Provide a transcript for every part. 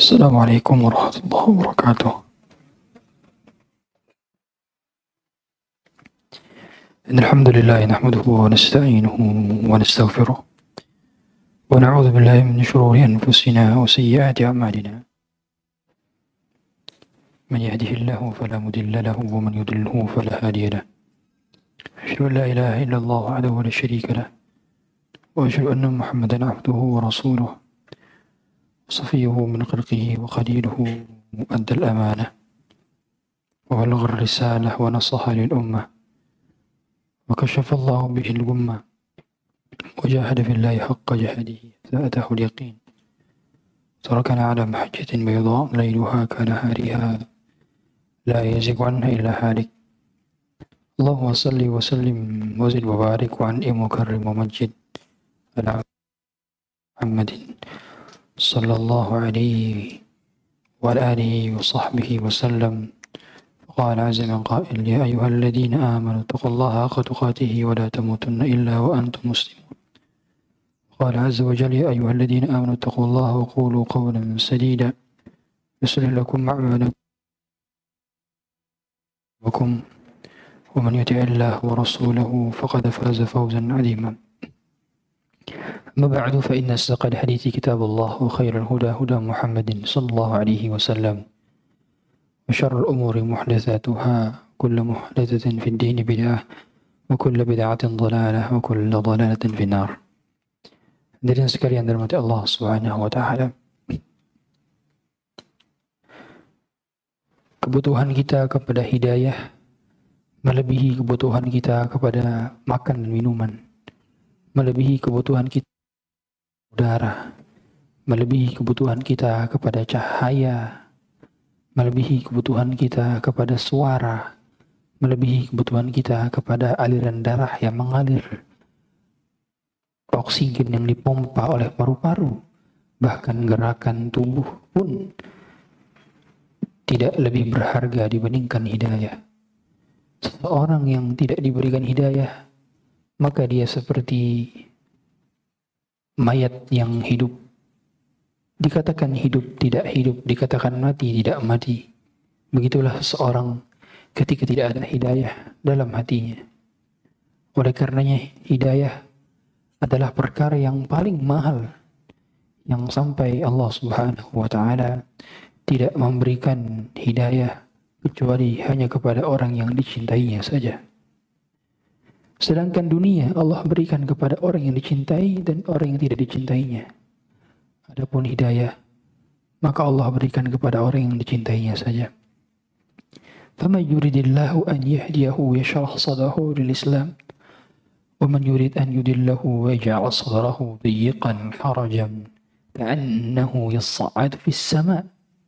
السلام عليكم ورحمة الله وبركاته. إن الحمد لله نحمده ونستعينه ونستغفره ونعوذ بالله من شرور أنفسنا وسيئات أعمالنا. من يهده الله فلا مضل له ومن يضلله فلا هادي له. أشهد أن لا إله إلا الله وحده لا شريك له وأشهد أن محمدا عبده ورسوله وصفيه من خلقه وخليله أدى الأمانة وبلغ الرسالة ونصح للأمة وكشف الله به الغمة وجاهد في الله حق جهاده حتى أتاه اليقين. تركنا على محجة بيضاء ليلها كنهارها لا يزيغ عنها إلا هالك. اللهم صل وسلم وزد وبارك وأنعم وكرم ومجد على محمد صلى الله عليه وعلى آله وصحبه وسلم. قال عز من قائل: يا أيها الذين آمنوا اتقوا الله حق تقاته ولا تموتن إلا وأنتم مسلمون. قال عز وجل: يا أيها الذين آمنوا اتقوا الله وقولوا قولا سديدا يصلح لكم أعمالكم ومن يطع الله ورسوله فقد فاز فوزا عظيما. أما بعد فإن أصدق الحديث كتاب الله وخير الهدى هدى محمد صلى الله عليه وسلم وشر الأمور محدثاتها كل محدثة في الدين بدعة وكل بدعة ضلالة وكل ضلالة في النار. Hadirin sekalian dirahmati Allah Subhanahu wa taala. Kebutuhan kita kepada hidayah melebihi kebutuhan kita kepada makan dan minuman, melebihi kebutuhan kita udara, melebihi kebutuhan kita kepada cahaya, melebihi kebutuhan kita kepada suara, melebihi kebutuhan kita kepada aliran darah yang mengalir, oksigen yang dipompa oleh paru-paru, bahkan gerakan tubuh pun tidak lebih berharga dibandingkan hidayah. Seseorang yang tidak diberikan hidayah, maka dia seperti mayat yang hidup. Dikatakan hidup tidak hidup, dikatakan mati tidak mati. Begitulah seseorang ketika tidak ada hidayah dalam hatinya. Oleh karenanya hidayah adalah perkara yang paling mahal, yang sampai Allah Subhanahu wa taala tidak memberikan hidayah kecuali hanya kepada orang yang dicintainya saja. Sedangkan dunia Allah berikan kepada orang yang dicintai dan orang yang tidak dicintainya. Adapun hidayah, maka Allah berikan kepada orang yang dicintainya saja. فَمَنْ يُرِدِ اللَّهُ أَنْ يَهْدِيَهُ يَشْرَحْ صَدْرَهُ لِلْإِسْلَامِ وَمَنْ يُرِدْ أَنْ يُضِلَّهُ يَجْعَلْ صَدْرَهُ ضيقا حرجا كَأَنَّهُ يَصَّعَّدُ فِي السَّمَاءِ.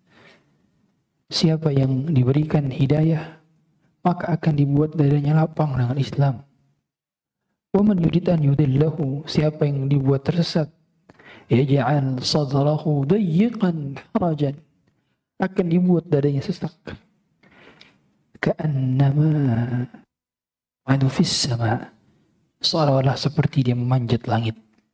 Siapa yang diberikan hidayah, maka akan dibuat dadanya lapang dengan Islam. وَمَنْ يُرِدْ أَنْ يُضِلَّهُ, siapa yang dibuat tersesat, يَجْعَلْ صَدْرَهُ ضيقا حرجا, akan dibuat dadanya sesak. كَأَنَّمَا يَصَّعَّدُ فِي السَّمَاءِ, seolah-olah seperti dia memanjat langit.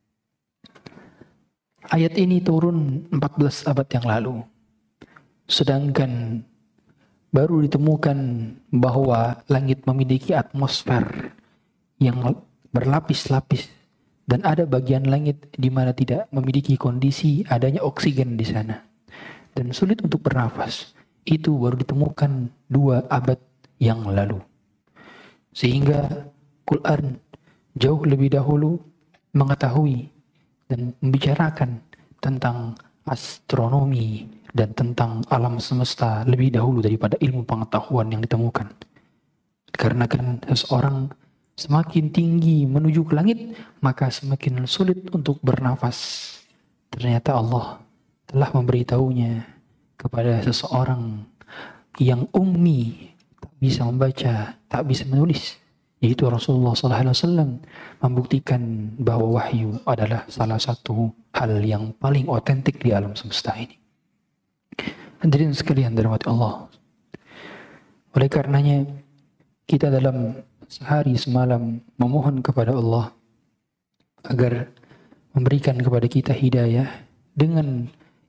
Ayat ini turun 14 abad yang lalu. Sedangkan baru ditemukan bahwa langit memiliki atmosfer yang berlapis-lapis dan ada bagian langit di mana tidak memiliki kondisi adanya oksigen di sana dan sulit untuk bernafas. Itu baru ditemukan 2 abad yang lalu. Sehingga Quran jauh lebih dahulu mengetahui dan membicarakan tentang astronomi dan tentang alam semesta lebih dahulu daripada ilmu pengetahuan yang ditemukan. Karena kan seseorang semakin tinggi menuju ke langit, maka semakin sulit untuk bernafas. Ternyata Allah telah memberitahunya kepada seseorang yang ummi, tak bisa membaca, tak bisa menulis, yaitu Rasulullah SAW, membuktikan bahwa wahyu adalah salah satu hal yang paling otentik di alam semesta ini. Hadirin sekalian dirahmati Allah. Oleh karenanya kita dalam sehari semalam memohon kepada Allah agar memberikan kepada kita hidayah dengan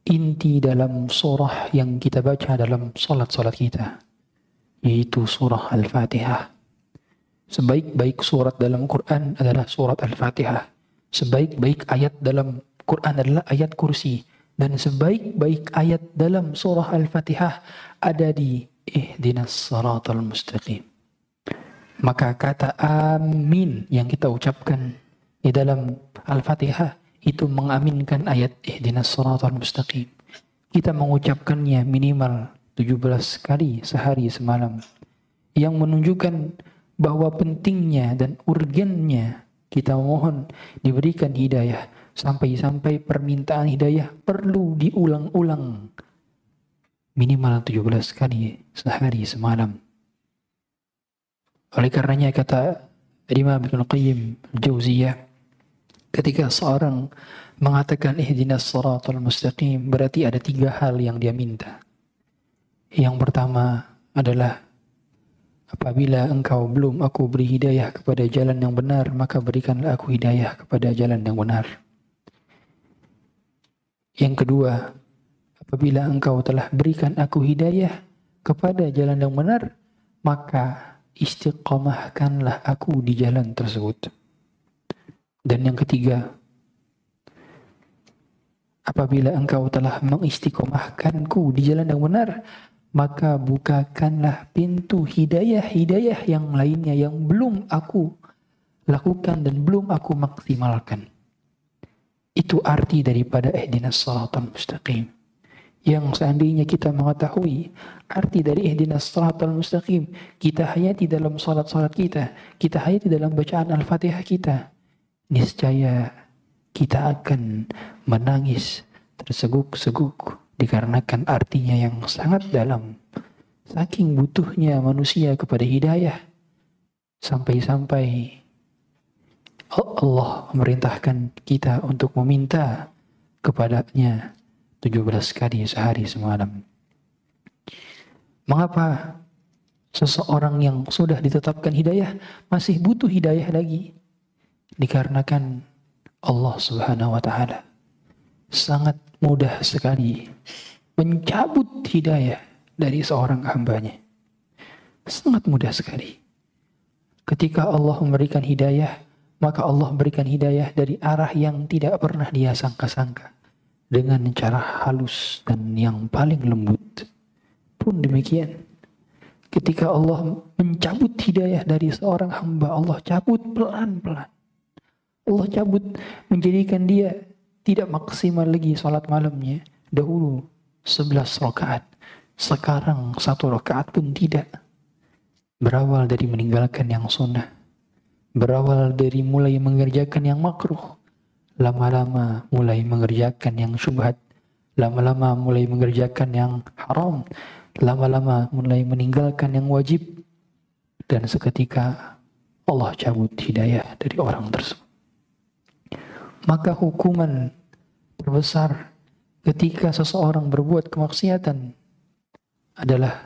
inti dalam surah yang kita baca dalam salat-salat kita, yaitu surah Al-Fatihah. Sebaik-baik surat dalam Quran adalah surat Al-Fatihah. Sebaik-baik ayat dalam Quran adalah ayat kursi. Dan sebaik-baik ayat dalam surah Al-Fatihah ada di Ihdinas Shiratal Mustaqim. Maka kata amin yang kita ucapkan di dalam Al-Fatihah itu mengaminkan ayat Ihdinas Shiratal Mustaqim. Kita mengucapkannya minimal 17 kali sehari semalam. Yang menunjukkan bahwa pentingnya dan urgennya kita mohon diberikan hidayah. Sampai-sampai permintaan hidayah perlu diulang-ulang. Minimal 17 kali sehari semalam. Oleh karenanya kata Imam Ibnu Qayyim Al-Jauziyah, ketika seorang mengatakan ihdinas shiratal mustaqim, berarti ada 3 hal yang dia minta. Yang pertama adalah, apabila engkau belum aku beri hidayah kepada jalan yang benar, maka berikanlah aku hidayah kepada jalan yang benar. Yang kedua, apabila engkau telah berikan aku hidayah kepada jalan yang benar, maka istiqamahkanlah aku di jalan tersebut. Dan yang ketiga, apabila engkau telah mengistiqomahkanku di jalan yang benar, maka bukakanlah pintu hidayah-hidayah yang lainnya yang belum aku lakukan dan belum aku maksimalkan. Itu arti daripada ihdinas shiratal mustaqim. Yang seandainya kita mengetahui arti dari ihdinas shiratal mustaqim, kita hayati dalam salat-salat kita hayati dalam bacaan Al-Fatihah kita, niscaya kita akan menangis terseguk-seguk dikarenakan artinya yang sangat dalam. Saking butuhnya manusia kepada hidayah, sampai-sampai Allah memerintahkan kita untuk meminta kepadanya 17 kali sehari semalam. Mengapa seseorang yang sudah ditetapkan hidayah masih butuh hidayah lagi? Dikarenakan Allah Subhanahu wa Ta'ala sangat mudah sekali mencabut hidayah dari seorang hambanya. Sangat mudah sekali. Ketika Allah memberikan hidayah, maka Allah berikan hidayah dari arah yang tidak pernah dia sangka-sangka, dengan cara halus dan yang paling lembut. Pun demikian, ketika Allah mencabut hidayah dari seorang hamba, Allah cabut pelan-pelan. Allah cabut, menjadikan dia tidak maksimal lagi salat malamnya. Dahulu 11 rakaat, sekarang 1 rakaat pun tidak. Berawal dari meninggalkan yang sunnah, berawal dari mulai mengerjakan yang makruh, lama-lama mulai mengerjakan yang syubhat, lama-lama mulai mengerjakan yang haram, lama-lama mulai meninggalkan yang wajib, dan seketika Allah cabut hidayah dari orang tersebut. Maka hukuman terbesar ketika seseorang berbuat kemaksiatan adalah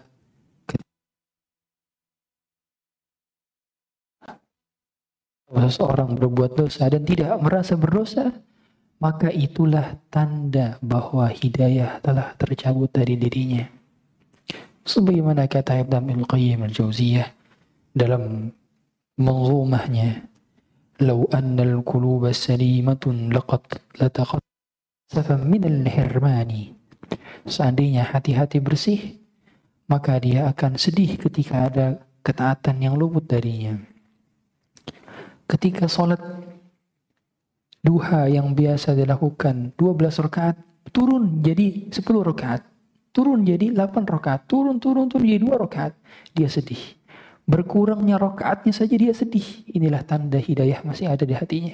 seseorang berbuat dosa dan tidak merasa berdosa, maka itulah tanda bahwa hidayah telah tercabut dari dirinya. Sebagaimana kata Ibnu Qayyim Al-Jauziyah dalam manzumahnya, "Lau annal quluba salimatun laqad lataqassafan minal hirmani." Seandainya hati-hati bersih, maka dia akan sedih ketika ada ketaatan yang luput darinya. Ketika sholat duha yang biasa dilakukan 12 rakaat, turun jadi 10 rakaat, turun jadi 8 rakaat, turun jadi 2 rakaat, dia sedih. Berkurangnya rakaatnya saja dia sedih. Inilah tanda hidayah masih ada di hatinya.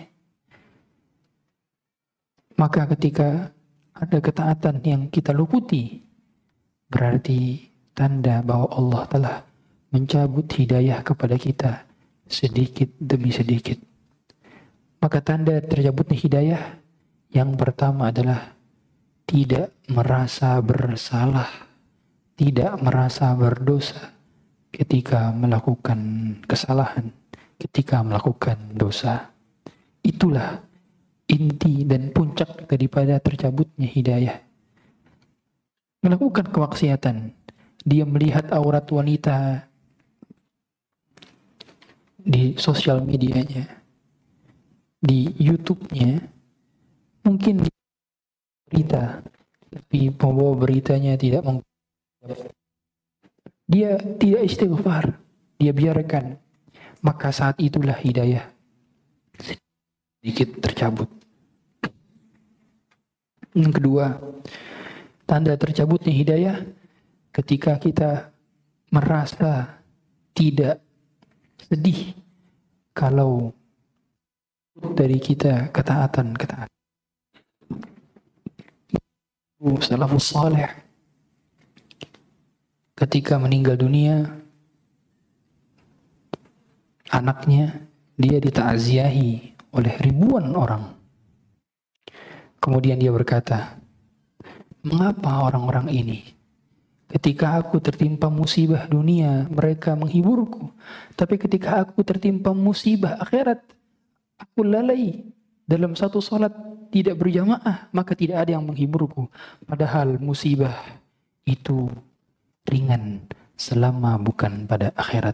Maka ketika ada ketaatan yang kita luputi, berarti tanda bahwa Allah telah mencabut hidayah kepada kita sedikit demi sedikit. Maka tanda tercabutnya hidayah yang pertama adalah tidak merasa bersalah, tidak merasa berdosa ketika melakukan kesalahan, ketika melakukan dosa. Itulah inti dan puncak daripada tercabutnya hidayah. melakukan kemaksiatan. Dia melihat aurat wanita di sosial medianya, di YouTube-nya, mungkin di berita, tapi pembawa beritanya dia tidak istighfar, dia biarkan, maka saat itulah hidayah sedikit tercabut. Yang kedua, tanda tercabutnya hidayah ketika kita merasa tidak sedih kalau dari kita ketaatan. Salafus saleh ketika meninggal dunia, anaknya dia dita'ziyahi oleh ribuan orang. Kemudian dia berkata, mengapa orang-orang ini ketika aku tertimpa musibah dunia mereka menghiburku, tapi ketika aku tertimpa musibah akhirat aku lalai dalam satu salat tidak berjamaah, maka tidak ada yang menghiburku. Padahal musibah itu ringan selama bukan pada akhirat.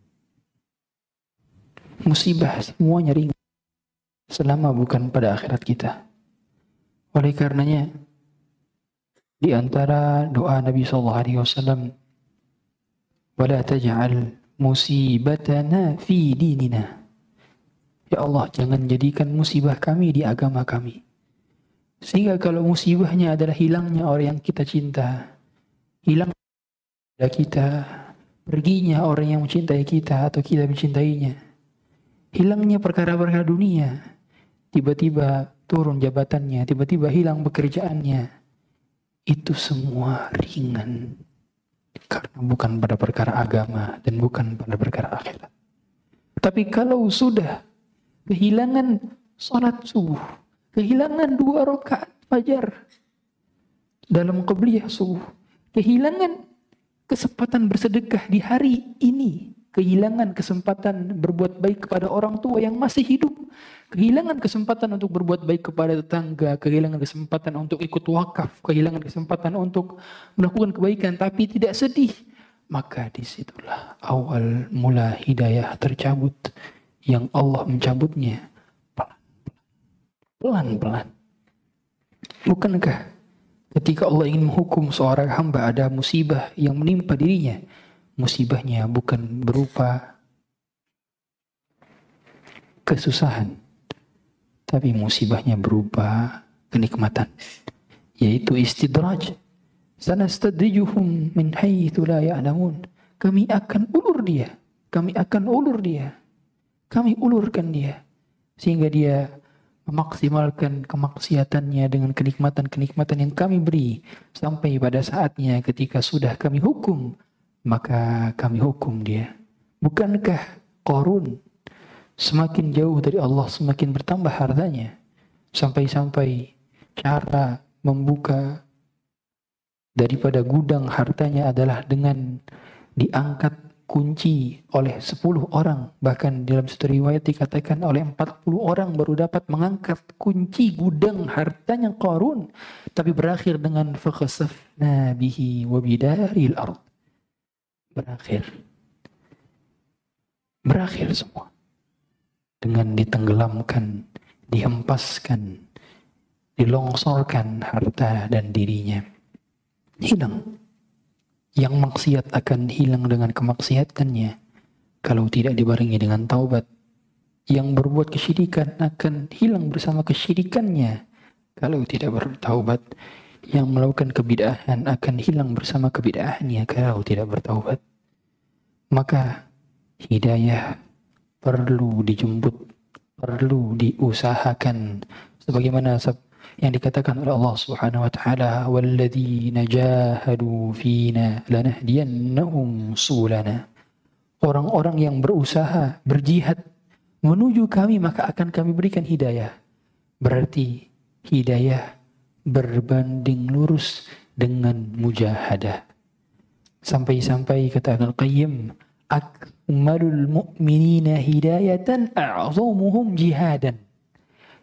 Musibah semuanya ringan selama bukan pada akhirat kita. Oleh karenanya, di antara doa Nabi SAW, wala taj'al musibatana fi dinina. Ya Allah, jangan jadikan musibah kami di agama kami. Sehingga kalau musibahnya adalah hilangnya orang yang kita cinta, hilang dari kita, perginya orang yang mencintai kita atau kita mencintainya, hilangnya perkara-perkara dunia, tiba-tiba turun jabatannya, tiba-tiba hilang pekerjaannya, itu semua ringan. Karena bukan pada perkara agama dan bukan pada perkara akhirat. Tapi kalau sudah kehilangan salat subuh, kehilangan 2 rakaat fajar dalam qabliyah subuh, kehilangan kesempatan bersedekah di hari ini, kehilangan kesempatan berbuat baik kepada orang tua yang masih hidup, kehilangan kesempatan untuk berbuat baik kepada tetangga, kehilangan kesempatan untuk ikut wakaf, kehilangan kesempatan untuk melakukan kebaikan, tapi tidak sedih, maka disitulah awal mula hidayah tercabut, yang Allah mencabutnya pelan-pelan. Bukankah ketika Allah ingin menghukum seorang hamba ada musibah yang menimpa dirinya, musibahnya bukan berupa kesusahan, tapi musibahnya berupa kenikmatan, yaitu istidraj. Sanastadrijuhum min haitsu la ya'lamun. Kami akan ulur dia, kami ulurkan dia sehingga dia memaksimalkan kemaksiatannya dengan kenikmatan-kenikmatan yang kami beri, sampai pada saatnya ketika sudah kami hukum, maka kami hukum dia. Bukankah Qarun semakin jauh dari Allah semakin bertambah hartanya, sampai-sampai cara membuka daripada gudang hartanya adalah dengan diangkat kunci oleh 10 orang, bahkan dalam satu riwayat dikatakan oleh 40 orang baru dapat mengangkat kunci gudang hartanya Qarun, tapi berakhir dengan fakhasafna bihi wa bidaril ard. Berakhir semua dengan ditenggelamkan, dihempaskan, dilongsorkan harta dan dirinya. Hilang. Yang maksiat akan hilang dengan kemaksiatannya kalau tidak dibarengi dengan taubat. Yang berbuat kesyirikan akan hilang bersama kesyirikannya kalau tidak bertaubat. Yang melakukan kebid'ahan akan hilang bersama kebid'ahannya kalau tidak bertaubat. Maka hidayah perlu dijemput, perlu diusahakan, sebagaimana yang dikatakan oleh Allah Subhanahu wa taala, walladzina jahadu fina lanahdiyannahum subulana. Orang-orang yang berusaha, berjihad menuju kami, maka akan kami berikan hidayah. Berarti hidayah berbanding lurus dengan mujahadah. Sampai-sampai kata Al-Qayyim, akmalul mu'minina hidayatan a'zamuhum jihadan.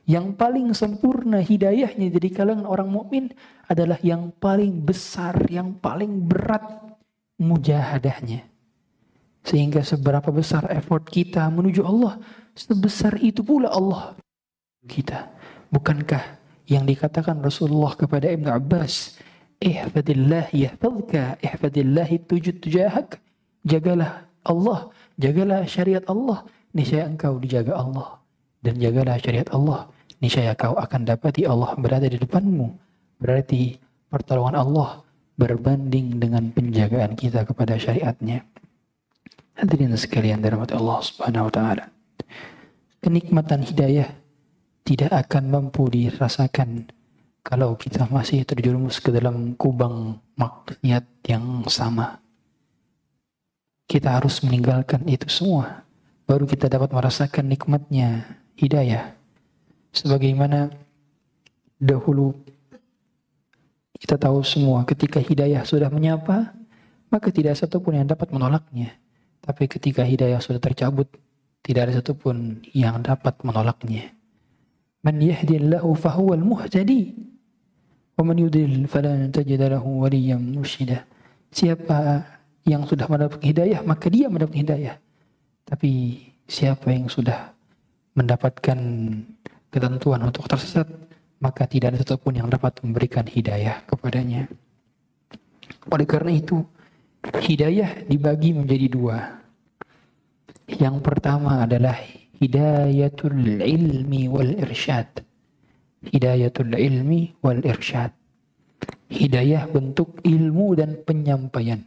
Yang paling sempurna hidayahnya dari kalangan orang mukmin adalah yang paling besar, yang paling berat mujahadahnya. Sehingga seberapa besar effort kita menuju Allah, sebesar itu pula Allah kita. Bukankah yang dikatakan Rasulullah kepada Ibnu Abbas, ihfadillah yahfadka, ihfadillah tujud tujahak, jagalah Allah, jagalah syariat Allah, niscaya engkau dijaga Allah. Dan jagalah syariat Allah, niscaya kau akan dapati Allah berada di depanmu. Berarti pertolongan Allah berbanding dengan penjagaan kita kepada syariatnya. Hadirin sekalian dirahmati Allah Subhanahu wa taala. Kenikmatan hidayah tidak akan mampu dirasakan kalau kita masih terjerumus ke dalam kubang maksiat yang sama. Kita harus meninggalkan itu semua, baru kita dapat merasakan nikmatnya hidayah. Sebagaimana dahulu kita tahu semua, ketika hidayah sudah menyapa, maka tidak satupun yang dapat menolaknya. Tapi ketika hidayah sudah tercabut, tidak ada satupun yang dapat menolaknya. Man yahdillahu fahuwal muhtadi wa man yudlil falan tajida lahu waliyyan mursyida. Siapa yang sudah mendapat hidayah, maka dia mendapat hidayah. Tapi siapa yang sudah mendapatkan ketentuan untuk tersesat, maka tidak ada satupun yang dapat memberikan hidayah kepadanya. Oleh karena itu, hidayah dibagi menjadi dua. Yang pertama adalah hidayatul ilmi wal irsyad. Hidayatul ilmi wal irsyad. Hidayah bentuk ilmu dan penyampaian.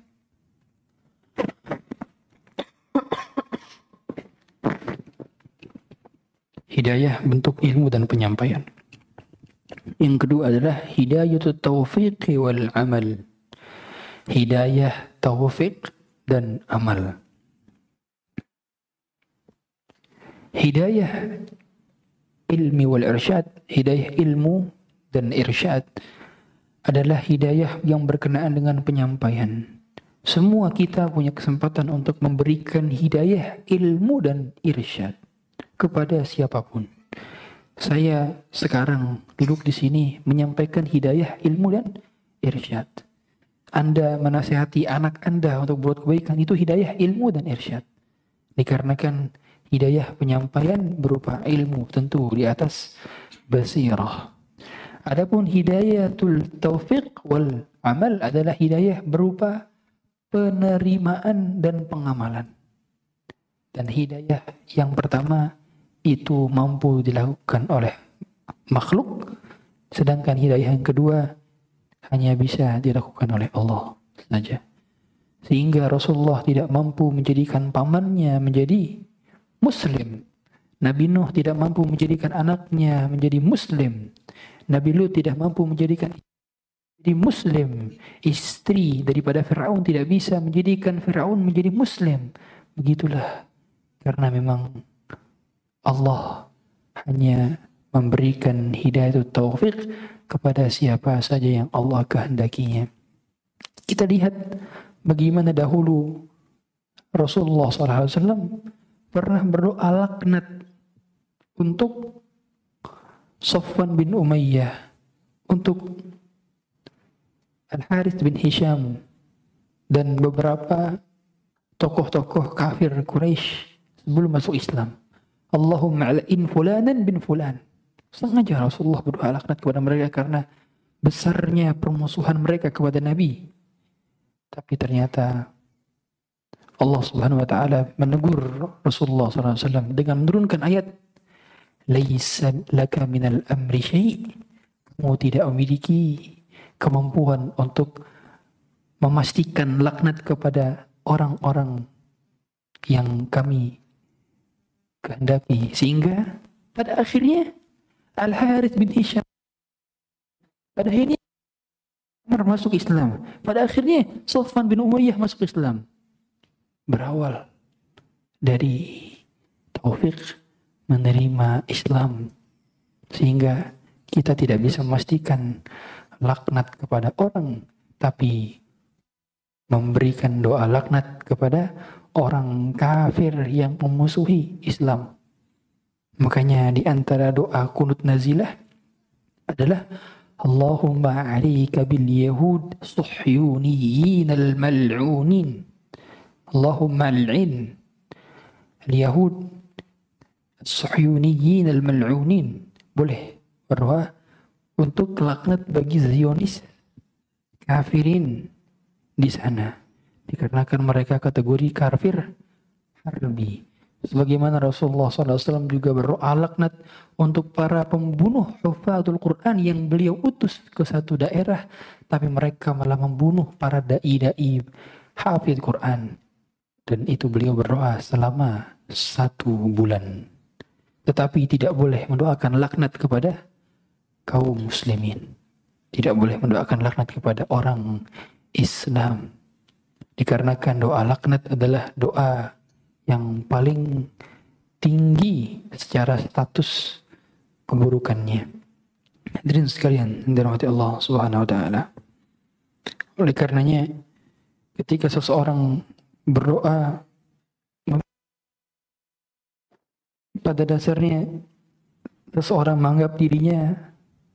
Hidayah bentuk ilmu dan penyampaian. Yang kedua adalah hidayatul taufiq wal amal. Hidayah taufiq dan amal. Hidayah ilmi wal irsyad, hidayah ilmu dan irsyad adalah hidayah yang berkenaan dengan penyampaian. Semua kita punya kesempatan untuk memberikan hidayah ilmu dan irsyad kepada siapapun. Saya sekarang duduk di sini menyampaikan hidayah ilmu dan irsyad. Anda menasihati anak Anda untuk berbuat kebaikan, itu hidayah ilmu dan irsyad. Dikarenakan hidayah penyampaian berupa ilmu tentu di atas basirah. Adapun hidayatul taufiq wal amal adalah hidayah berupa penerimaan dan pengamalan. Dan hidayah yang pertama itu mampu dilakukan oleh makhluk, sedangkan hidayah yang kedua hanya bisa dilakukan oleh Allah saja. Sehingga Rasulullah tidak mampu menjadikan pamannya menjadi Muslim. Nabi Nuh tidak mampu menjadikan anaknya menjadi Muslim. Nabi Lut tidak mampu menjadikan jadi Muslim. Istri daripada Fir'aun tidak bisa menjadikan Fir'aun menjadi Muslim. Begitulah. Karena memang Allah hanya memberikan hidayah taufik kepada siapa saja yang Allah kehendakinya. Kita lihat bagaimana dahulu Rasulullah SAW pernah berdoa laknat untuk Safwan bin Umayyah, untuk Al-Harith bin Hisham, dan beberapa tokoh-tokoh kafir Quraisy sebelum masuk Islam. Allahumma al'in fulanan bin fulan. Sengaja Rasulullah berdoa laknat kepada mereka karena besarnya permusuhan mereka kepada Nabi. Tapi ternyata Allah Subhanahu wa taala menegur Rasulullah SAW dengan menurunkan ayat, "Laisa laka minal amri syai'." Kamu tidak memiliki kemampuan untuk memastikan laknat kepada orang-orang yang kami kehendaki. Sehingga pada akhirnya Al-Harith bin Hisham pada akhirnya masuk Islam. Pada akhirnya Safwan bin Umayyah masuk Islam. Berawal dari taufik menerima Islam, sehingga kita tidak bisa memastikan laknat kepada orang, tapi memberikan doa laknat kepada orang kafir yang memusuhi Islam. Makanya di antara doa kunut nazilah adalah Allahumma alika bil yahud suhyuniyin al mal'unin. Allahumma al'in al yahud suhyuniyin al mal'unin. Boleh berdoa untuk laknat bagi Zionis kafirin di sana, dikarenakan mereka kategori kafir harbi. Sebagaimana Rasulullah SAW juga berdoa laknat untuk para pembunuh hufadzul Quran yang beliau utus ke satu daerah, tapi mereka malah membunuh para dai-dai hafidz Quran. Dan itu beliau berdoa selama 1 bulan. Tetapi tidak boleh mendoakan laknat kepada kaum muslimin. Tidak boleh mendoakan laknat kepada orang Islam. Dikarenakan doa laknat adalah doa yang paling tinggi secara status keburukannya. Hadirin sekalian, dirahmati Allah Subhanahu wa taala. Oleh karenanya, ketika seseorang berdoa, pada dasarnya seseorang menganggap dirinya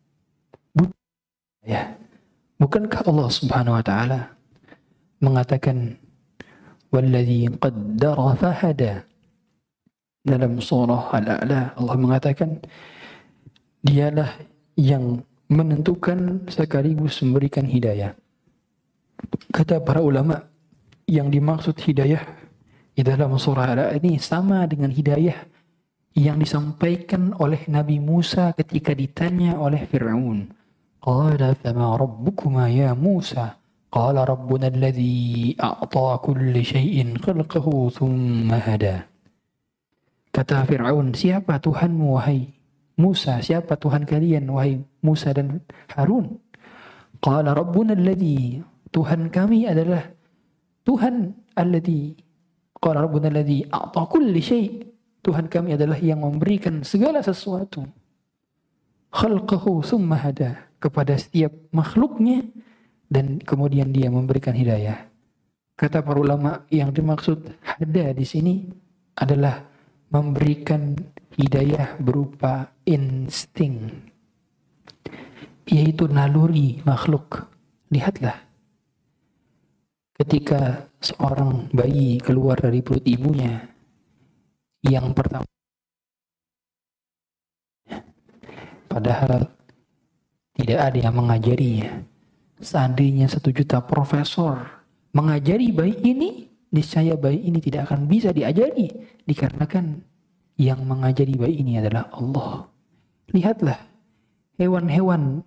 ya. Bukankah Allah Subhanahu wa taala mengatakan walladzi qaddara fahada dalam surah Al-A'la? Allah mengatakan dialah yang menentukan sekaligus memberikan hidayah. Kata para ulama, yang dimaksud hidayah di dalam surah Al-A'la ini sama dengan hidayah yang disampaikan oleh Nabi Musa ketika ditanya oleh Fir'aun. Qala fama rabbukuma ya Musa? Qala rabbuna alladhi a'ta kulli syai'in khalqahu thumma hada. Kata Fir'aun, siapa Tuhanmu wahai Musa? Siapa Tuhan kalian wahai Musa dan Harun? Qala rabbuna alladhi, Tuhan kami adalah Tuhan alladhi, qala rabbuna alladhi a'ta kulli syai', Tuhan kami adalah yang memberikan segala sesuatu. Khalqahu thumma hada, kepada setiap makhluknya dan kemudian dia memberikan hidayah. Kata para ulama, yang dimaksud hada di sini adalah memberikan hidayah berupa insting, yaitu naluri makhluk. Lihatlah, ketika seorang bayi keluar dari perut ibunya, yang pertama, padahal tidak ada yang mengajarinya. Seandainya 1 juta profesor mengajari bayi ini, niscaya bayi ini tidak akan bisa diajari, dikarenakan yang mengajari bayi ini adalah Allah. Lihatlah hewan-hewan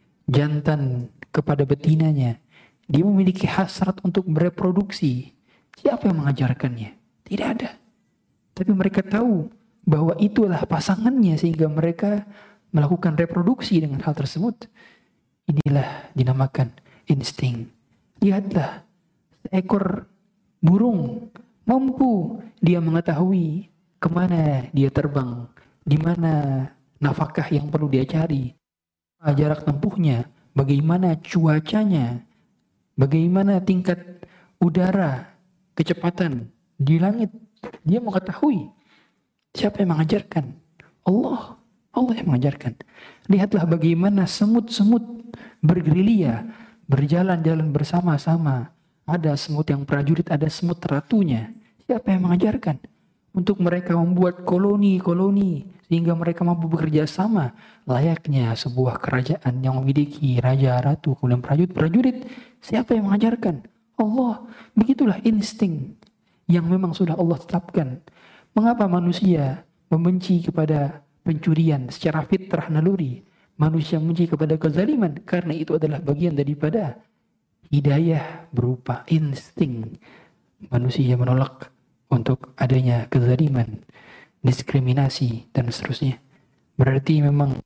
jantan kepada betinanya, dia memiliki hasrat untuk bereproduksi. Siapa yang mengajarkannya? Tidak ada. Tapi mereka tahu bahwa itulah pasangannya, sehingga mereka melakukan reproduksi dengan hal tersebut. Inilah dinamakan insting. Lihatlah, seekor burung mampu dia mengetahui kemana dia terbang, di mana nafkah yang perlu dia cari, jarak tempuhnya, bagaimana cuacanya, bagaimana tingkat udara, kecepatan di langit. Dia mengetahui. Siapa yang mengajarkan? Allah. Allah yang mengajarkan. Lihatlah bagaimana semut-semut bergerilya, berjalan-jalan bersama-sama. Ada semut yang prajurit, ada semut ratunya. Siapa yang mengajarkan? Untuk mereka membuat koloni-koloni sehingga mereka mampu bekerja sama layaknya sebuah kerajaan yang memiliki raja, ratu, kemudian prajurit. Siapa yang mengajarkan? Allah. Begitulah insting yang memang sudah Allah tetapkan. Mengapa manusia membenci kepada pencurian secara fitrah naluri? Manusia membenci kepada kezaliman karena itu adalah bagian daripada hidayah berupa insting. Manusia menolak untuk adanya kezaliman, diskriminasi, dan seterusnya. Berarti memang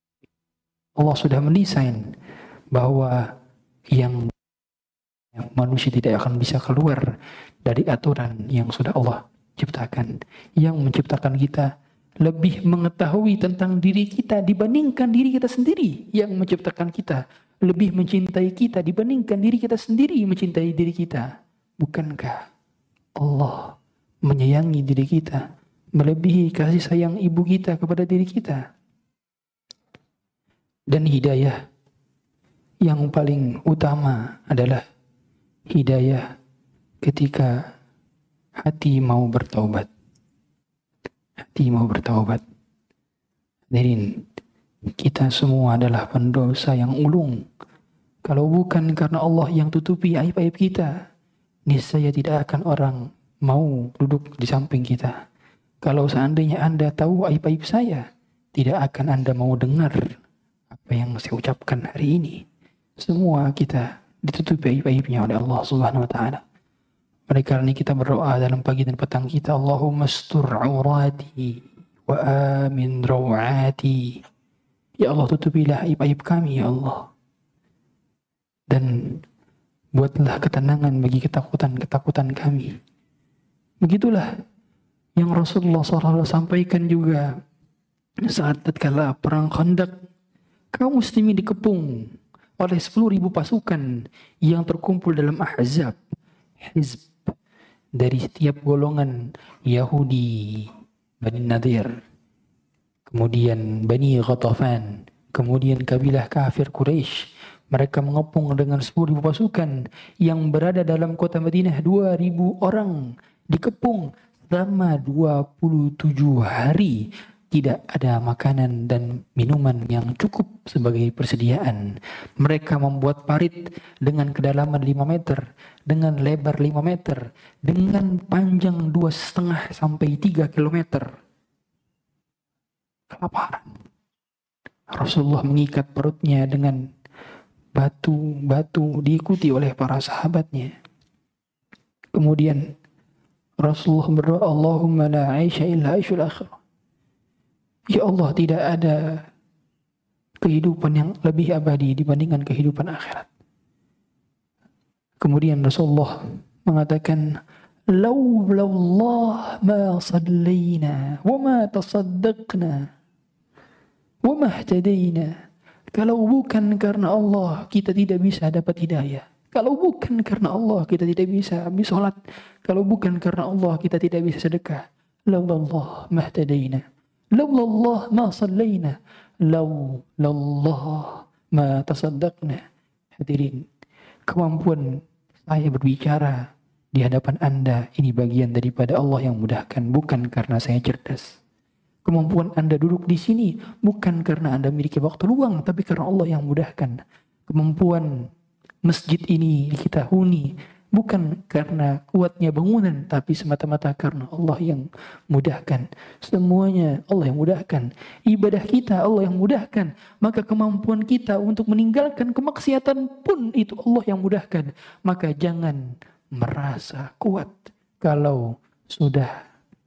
Allah sudah mendesain bahwa yang manusia tidak akan bisa keluar dari aturan yang sudah Allah ciptakan. Yang menciptakan kita lebih mengetahui tentang diri kita dibandingkan diri kita sendiri. Yang menciptakan kita lebih mencintai kita dibandingkan diri kita sendiri mencintai diri kita. Bukankah Allah menyayangi diri kita melebihi kasih sayang ibu kita kepada diri kita. Dan hidayah yang paling utama adalah hidayah ketika hati mau bertaubat. Hati mau bertaubat. Hadirin, kita semua adalah pendosa yang ulung. Kalau bukan karena Allah yang tutupi aib-aib kita, niscaya tidak akan orang mau duduk di samping kita. Kalau seandainya Anda tahu aib-aib saya, tidak akan Anda mau dengar apa yang saya ucapkan hari ini. Semua kita ditutupi aib-aibnya oleh Allah Subhanahu wa taala. Oleh karena kita berdoa dalam pagi dan petang kita, Allahumma astur aurati wa amin rawati. Ya Allah, tutupilah aib-aib kami ya Allah. Dan buatlah ketenangan bagi ketakutan-ketakutan kami. Begitulah yang Rasulullah SAW sampaikan juga saat tatkala perang Khandaq. Kaum muslimin dikepung oleh 10.000 pasukan yang terkumpul dalam ahzab, hizb, dari setiap golongan Yahudi, Bani Nadir, kemudian Bani Ghatafan, kemudian kabilah kafir Quraisy. Mereka mengepung dengan 10.000 pasukan yang berada dalam kota Madinah. 2.000 orang dikepung selama 27 hari. Tidak ada makanan dan minuman yang cukup sebagai persediaan. Mereka membuat parit dengan kedalaman 5 meter, dengan lebar 5 meter, dengan panjang 2,5 sampai 3 kilometer. Kelaparan. Rasulullah mengikat perutnya dengan batu-batu, diikuti oleh para sahabatnya. Kemudian Rasulullah berdoa, Allahumma la aisha illa aishul akhirah. Ya Allah, tidak ada kehidupan yang lebih abadi dibandingkan kehidupan akhirat. Kemudian Rasulullah mengatakan, Laula Allah ma sallayna wa ma tasaddaqna wa ma ihtadayna. Kalau bukan karena Allah, kita tidak bisa dapat hidayah. Kalau bukan karena Allah, kita tidak bisa habis sholat. Kalau bukan karena Allah, kita tidak bisa sedekah. Laula Allah ma ihtadayna. Laula Allah ma sallayna. Laula Allah ma tasaddaqna. Hadirin, kemampuan saya berbicara di hadapan Anda ini bagian daripada Allah yang mudahkan, bukan karena saya cerdas. Kemampuan Anda duduk di sini bukan karena Anda memiliki waktu luang, tapi karena Allah yang mudahkan. Kemampuan masjid ini kita huni bukan karena kuatnya bangunan, tapi semata-mata karena Allah yang mudahkan. Semuanya Allah yang mudahkan. Ibadah kita Allah yang mudahkan. Maka kemampuan kita untuk meninggalkan kemaksiatan pun itu Allah yang mudahkan. Maka jangan merasa kuat kalau sudah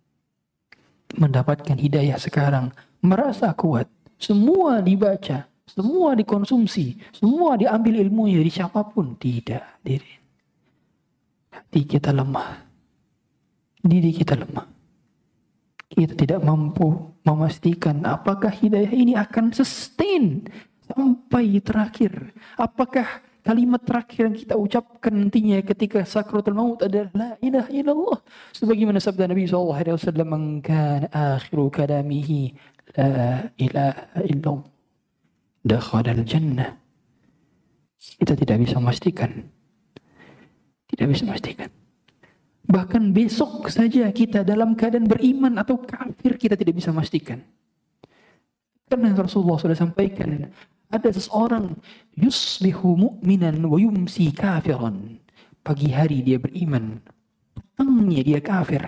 mendapatkan hidayah sekarang. Merasa kuat. Semua dibaca, semua dikonsumsi, semua diambil ilmunya dari siapapun. Tidak, diri. Hati kita lemah. Diri kita lemah. Kita tidak mampu memastikan apakah hidayah ini akan sustain sampai terakhir. Apakah kalimat terakhir yang kita ucapkan nantinya ketika sakratul maut adalah la ilaha illallah. Sebagaimana sabda Nabi SAW, man kana akhiru kalamihi la ilaha illallah dakhala al-jannah. Kita tidak bisa memastikan. Tidak bisa memastikan. Bahkan besok saja kita dalam keadaan beriman atau kafir, kita tidak bisa memastikan. Karena Rasulullah sudah sampaikan, ada seseorang yusbihu mu'minan wa yumsi kafiran. Pagi hari dia beriman, petangnya dia kafir.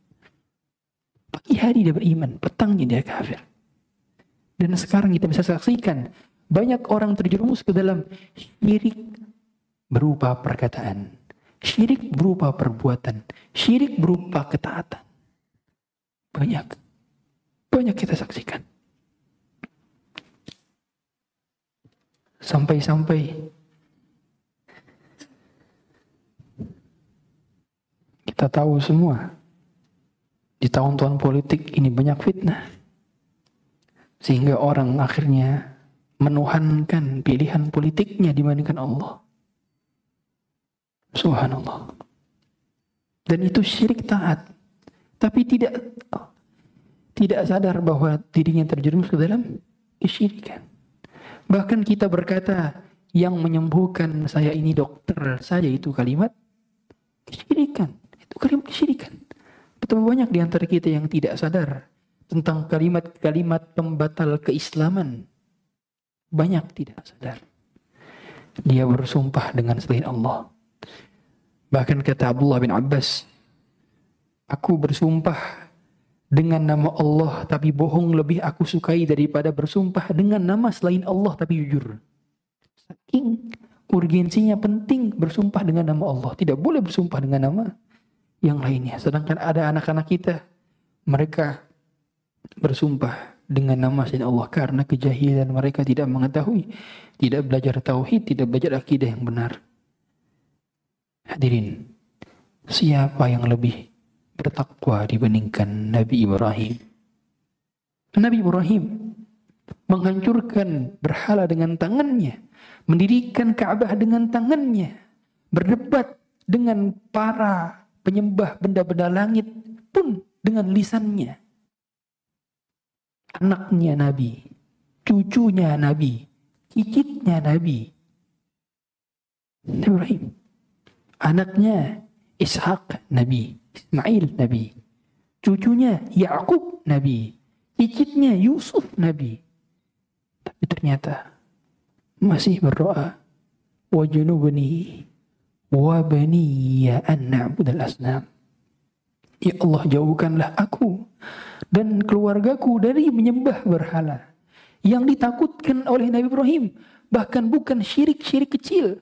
Pagi hari dia beriman, petangnya dia kafir. Dan sekarang kita bisa saksikan, banyak orang terjerumus ke dalam syirik berupa perkataan, syirik berupa perbuatan, syirik berupa ketaatan. Banyak kita saksikan. Sampai-sampai kita tahu semua di tahun-tahun politik ini banyak fitnah, sehingga orang akhirnya menuhankan pilihan politiknya dibandingkan Allah. Subhanallah. Dan itu syirik taat. Tapi tidak sadar bahwa dirinya terjerumus ke dalam kesyirikan. Bahkan kita berkata, yang menyembuhkan saya ini dokter saja, itu kalimat kesyirikan. Itu kalimat kesyirikan. Betapa banyak di antara kita yang tidak sadar tentang kalimat-kalimat pembatal keislaman. Banyak tidak sadar. Dia bersumpah dengan selain Allah. Bahkan kata Abdullah bin Abbas, aku bersumpah dengan nama Allah tapi bohong lebih aku sukai daripada bersumpah dengan nama selain Allah tapi jujur. Saking urgensinya penting bersumpah dengan nama Allah. Tidak boleh bersumpah dengan nama yang lainnya. Sedangkan ada anak-anak kita, mereka bersumpah dengan nama selain Allah karena kejahilan mereka, tidak mengetahui, tidak belajar tauhid, tidak belajar akidah yang benar. Hadirin, siapa yang lebih bertakwa dibandingkan Nabi Ibrahim? Nabi Ibrahim menghancurkan berhala dengan tangannya, mendirikan Ka'bah dengan tangannya, berdebat dengan para penyembah benda-benda langit pun dengan lisannya. Anaknya Nabi, cucunya Nabi, cicitnya Nabi. Nabi Ibrahim, anaknya Ishak Nabi, Ismail Nabi, cucunya Yakub Nabi, cicitnya Yusuf Nabi. Tapi ternyata masih berdoa, wajnubni wa baniya an na'budal asnam. Ya Allah, jauhkanlah aku dan keluargaku dari menyembah berhala. Yang ditakutkan oleh Nabi Ibrahim bahkan bukan syirik-syirik kecil,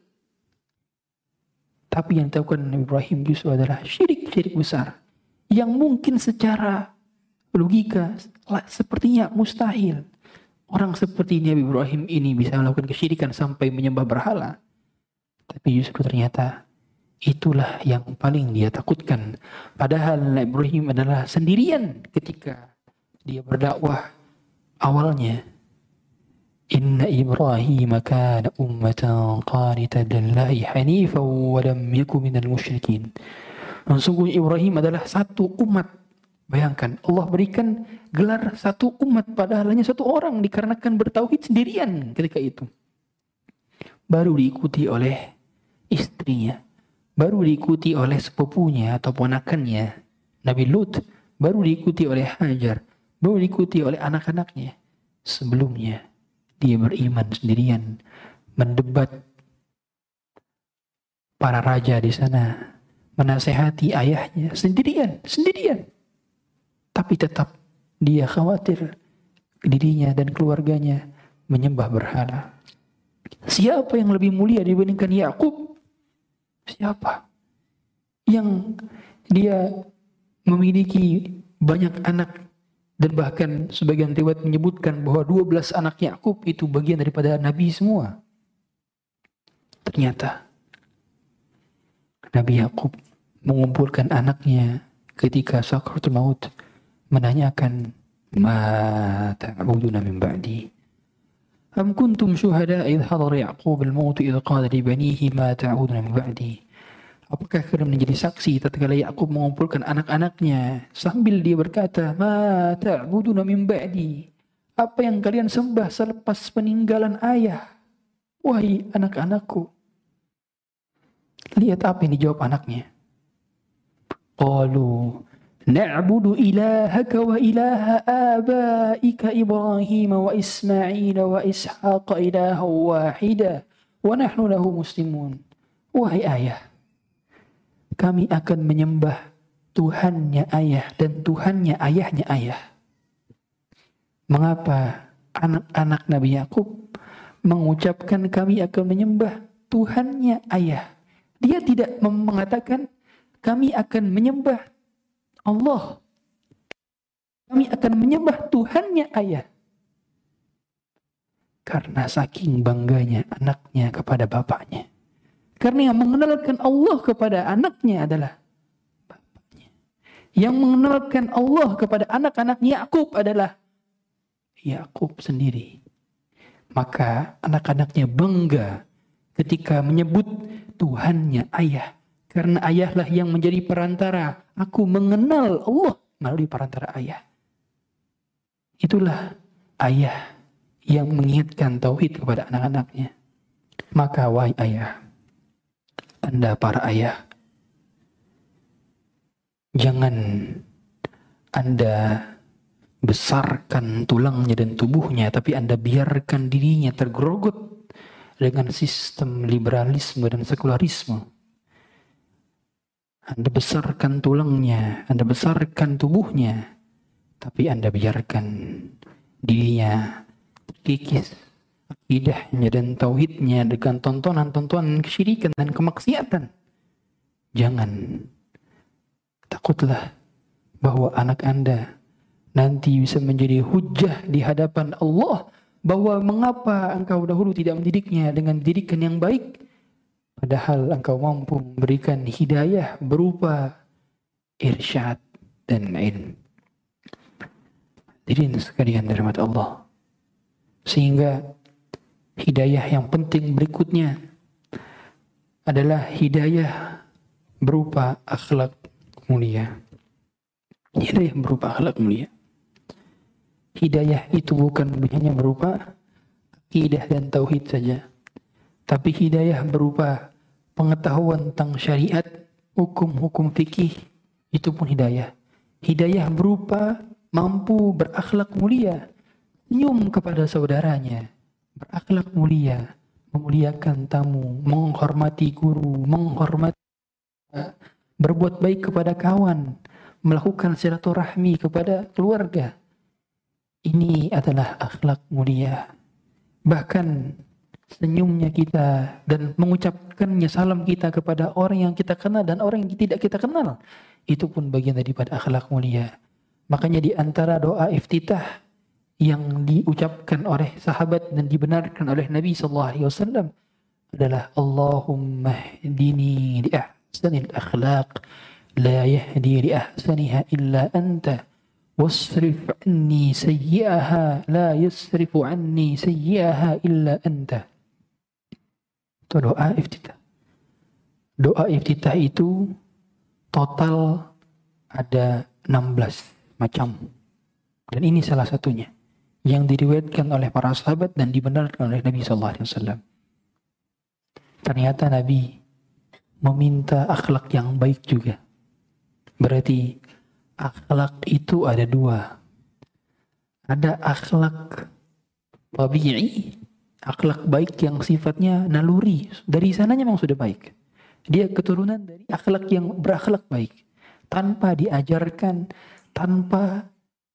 tapi yang ditakutkan Nabi Ibrahim justru adalah syirik-syirik besar yang mungkin secara logika sepertinya mustahil. Orang seperti Nabi Ibrahim ini bisa melakukan kesyirikan sampai menyembah berhala. Tapi justru ternyata itulah yang paling dia takutkan. Padahal Nabi Ibrahim adalah sendirian ketika dia berdakwah awalnya. Inna Ibrahim kana ummatan qanitan lillahi hanifan wa lam yakun minal musyrikin. Sungguh Ibrahim adalah satu umat. Bayangkan, Allah berikan gelar satu umat padahal hanya satu orang dikarenakan bertauhid sendirian ketika itu. Baru diikuti oleh istrinya, baru diikuti oleh sepupunya atau ponakannya Nabi Lut, baru diikuti oleh Hajar, baru diikuti oleh anak-anaknya. Sebelumnya dia beriman sendirian, mendebat para raja di sana, menasehati ayahnya sendirian. Tapi tetap dia khawatir dirinya dan keluarganya menyembah berhala. Siapa yang lebih mulia dibandingkan Yakub? Siapa? Yang dia memiliki banyak anak dan bahkan sebagian riwayat menyebutkan bahwa 12 anak Yakub itu bagian daripada Nabi semua. Ternyata Nabi Yakub mengumpulkan anaknya ketika sakaratul maut, menanyakan, ma ta'buduna min ba'di? Am kuntum syuhada idh hadara Ya'qub al-maut idh qala li banihi ma ta'buduna min ba'di? Apakah kalian menjadi saksi tatkala Yakub mengumpulkan anak-anaknya sambil dia berkata, ma ta'buduna min ba'di? Apa yang kalian sembah selepas peninggalan ayah? Wahai anak-anakku. Lihat apa yang dijawab anaknya. Qalu na'budu ilahaka wa ilaha abaika Ibrahim wa Ismail wa Ishaq ilaha wahida wa nahnu lahu muslimun. Wahai ayah, kami akan menyembah Tuhannya ayah dan Tuhannya ayahnya ayah. Mengapa anak-anak Nabi Yakub mengucapkan kami akan menyembah Tuhannya ayah? Dia tidak mengatakan kami akan menyembah Allah. Kami akan menyembah Tuhannya ayah. Karena saking bangganya anaknya kepada bapaknya. Karena yang mengenalkan Allah kepada anaknya adalah bapaknya. Yang mengenalkan Allah kepada anak-anak Yakub adalah Yakub sendiri. Maka anak-anaknya bangga ketika menyebut Tuhannya ayah. Karena ayahlah yang menjadi perantara. Aku mengenal Allah melalui perantara ayah. itulah ayah yang mengingatkan tauhid kepada anak-anaknya. Maka wahai ayah, Anda para ayah, jangan Anda besarkan tulangnya dan tubuhnya, tapi Anda biarkan dirinya tergerogot dengan sistem liberalisme dan sekularisme. Anda besarkan tulangnya, Anda besarkan tubuhnya, tapi Anda biarkan dirinya terkikis akidahnya dan tauhidnya dengan tontonan-tontonan kesyirikan dan kemaksiatan. Jangan. Takutlah bahwa anak Anda nanti bisa menjadi hujah di hadapan Allah bahwa mengapa engkau dahulu tidak mendidiknya dengan didikan yang baik, padahal engkau mampu memberikan hidayah berupa irsyad dan ilmu. Hadirin sekalian dari rahmat Allah. Sehingga hidayah yang penting berikutnya adalah hidayah berupa akhlak mulia. Hidayah berupa akhlak mulia. Hidayah itu bukan hanya berupa akidah dan tauhid saja, tapi hidayah berupa pengetahuan tentang syariat, hukum-hukum fikih, itu pun hidayah. Hidayah berupa mampu berakhlak mulia, senyum kepada saudaranya, berakhlak mulia, memuliakan tamu, menghormati guru, berbuat baik kepada kawan, melakukan silaturahmi kepada keluarga. Ini adalah akhlak mulia. Bahkan senyumnya kita dan mengucapkannya salam kita kepada orang yang kita kenal dan orang yang tidak kita kenal, itu pun bagian daripada akhlak mulia. Makanya di antara doa iftitah yang diucapkan oleh sahabat dan dibenarkan oleh Nabi SAW adalah Allahumma hdini li ahsanil akhlaq la yahdi li ahsaniha illa anta wasrif anni sayyi'aha la yasrifu anni sayyi'aha illa anta. Itu doa iftitah. Doa iftitah itu total ada 16 macam. Dan ini salah satunya yang diriwayatkan oleh para sahabat dan dibenarkan oleh Nabi SAW. Ternyata Nabi meminta akhlak yang baik juga. Berarti akhlak itu ada dua. Ada akhlak tabi'i, akhlak baik yang sifatnya naluri. Dari sananya memang sudah baik. Dia keturunan dari akhlak yang berakhlak baik. Tanpa diajarkan, tanpa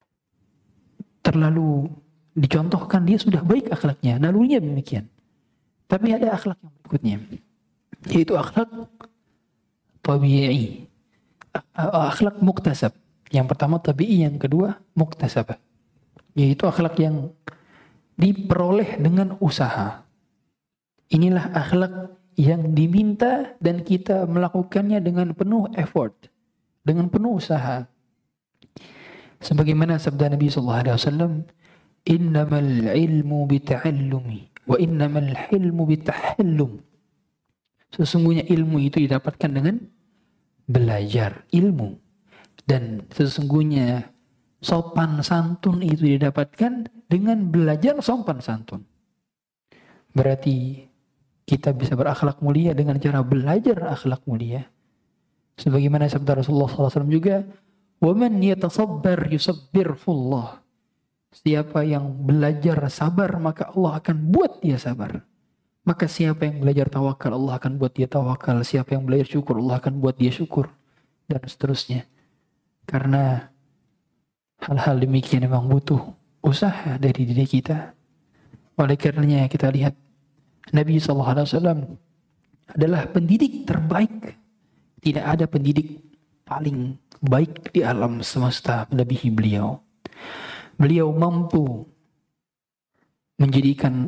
terlalu dicontohkan, dia sudah baik akhlaknya. Nalurinya demikian. Tapi ada akhlak yang berikutnya, yaitu akhlak tabi'i. Akhlak muktasab. Yang pertama tabi'i, yang kedua muktasab. Yaitu akhlak yang diperoleh dengan usaha. Inilah akhlak yang diminta dan kita melakukannya dengan penuh effort, dengan penuh usaha. Sebagaimana sabda Nabi SAW, innamal ilmu bita'allumi wa innamal hilmu bitahallum. Sesungguhnya ilmu itu didapatkan dengan belajar ilmu, dan sesungguhnya sopan santun itu didapatkan dengan belajar sopan santun. Berarti kita bisa berakhlak mulia dengan cara belajar akhlak mulia. Sebagaimana sabda Rasulullah SAW juga, وَمَنْ يَتَصَبَّرْ يُصَبِّرْهُ اللَّهِ. Siapa yang belajar sabar, maka Allah akan buat dia sabar. Maka siapa yang belajar tawakal, Allah akan buat dia tawakal. Siapa yang belajar syukur, Allah akan buat dia syukur. Dan seterusnya. Karena hal-hal demikian memang butuh usaha dari diri kita. Oleh karenanya kita lihat Nabi SAW adalah pendidik terbaik. Tidak ada pendidik paling baik di alam semesta melebihi beliau. Beliau mampu menjadikan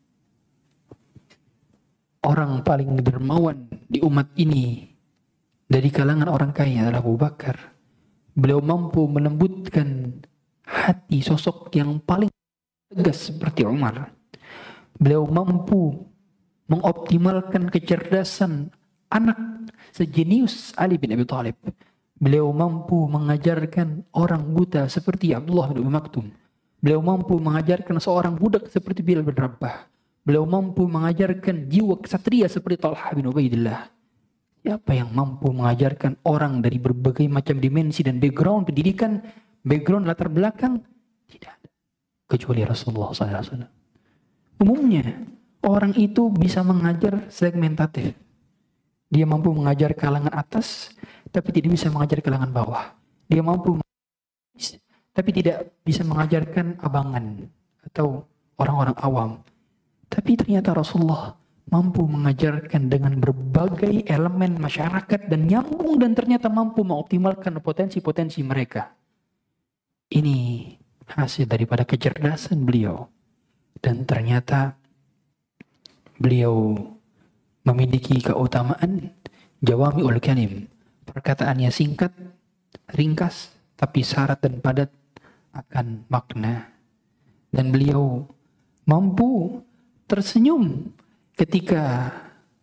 orang paling dermawan di umat ini dari kalangan orang kaya adalah Abu Bakar. Beliau mampu melembutkan hati sosok yang paling tegas seperti Umar. Beliau mampu mengoptimalkan kecerdasan anak sejenius Ali bin Abi Thalib. Beliau mampu mengajarkan orang buta seperti Abdullah bin Maktum. Beliau mampu mengajarkan seorang budak seperti Bilal bin Rabah. Beliau mampu mengajarkan jiwa kesatria seperti Talha bin Ubaidillah. Siapa yang mampu mengajarkan orang dari berbagai macam dimensi dan background pendidikan, background latar belakang? Tidak ada. Kecuali Rasulullah SAW. Umumnya, orang itu bisa mengajar segmentatif. Dia mampu mengajar kalangan atas, tapi tidak bisa mengajar kalangan bawah. Dia mampu tapi tidak bisa mengajarkan abangan atau orang-orang awam. Tapi ternyata Rasulullah mampu mengajarkan dengan berbagai elemen masyarakat dan nyambung dan ternyata mampu mengoptimalkan potensi-potensi mereka. Ini hasil daripada kecerdasan beliau. Dan ternyata beliau memiliki keutamaan jawami'ul kalim. Perkataannya singkat, ringkas, tapi syarat dan padat akan makna. Dan beliau mampu tersenyum ketika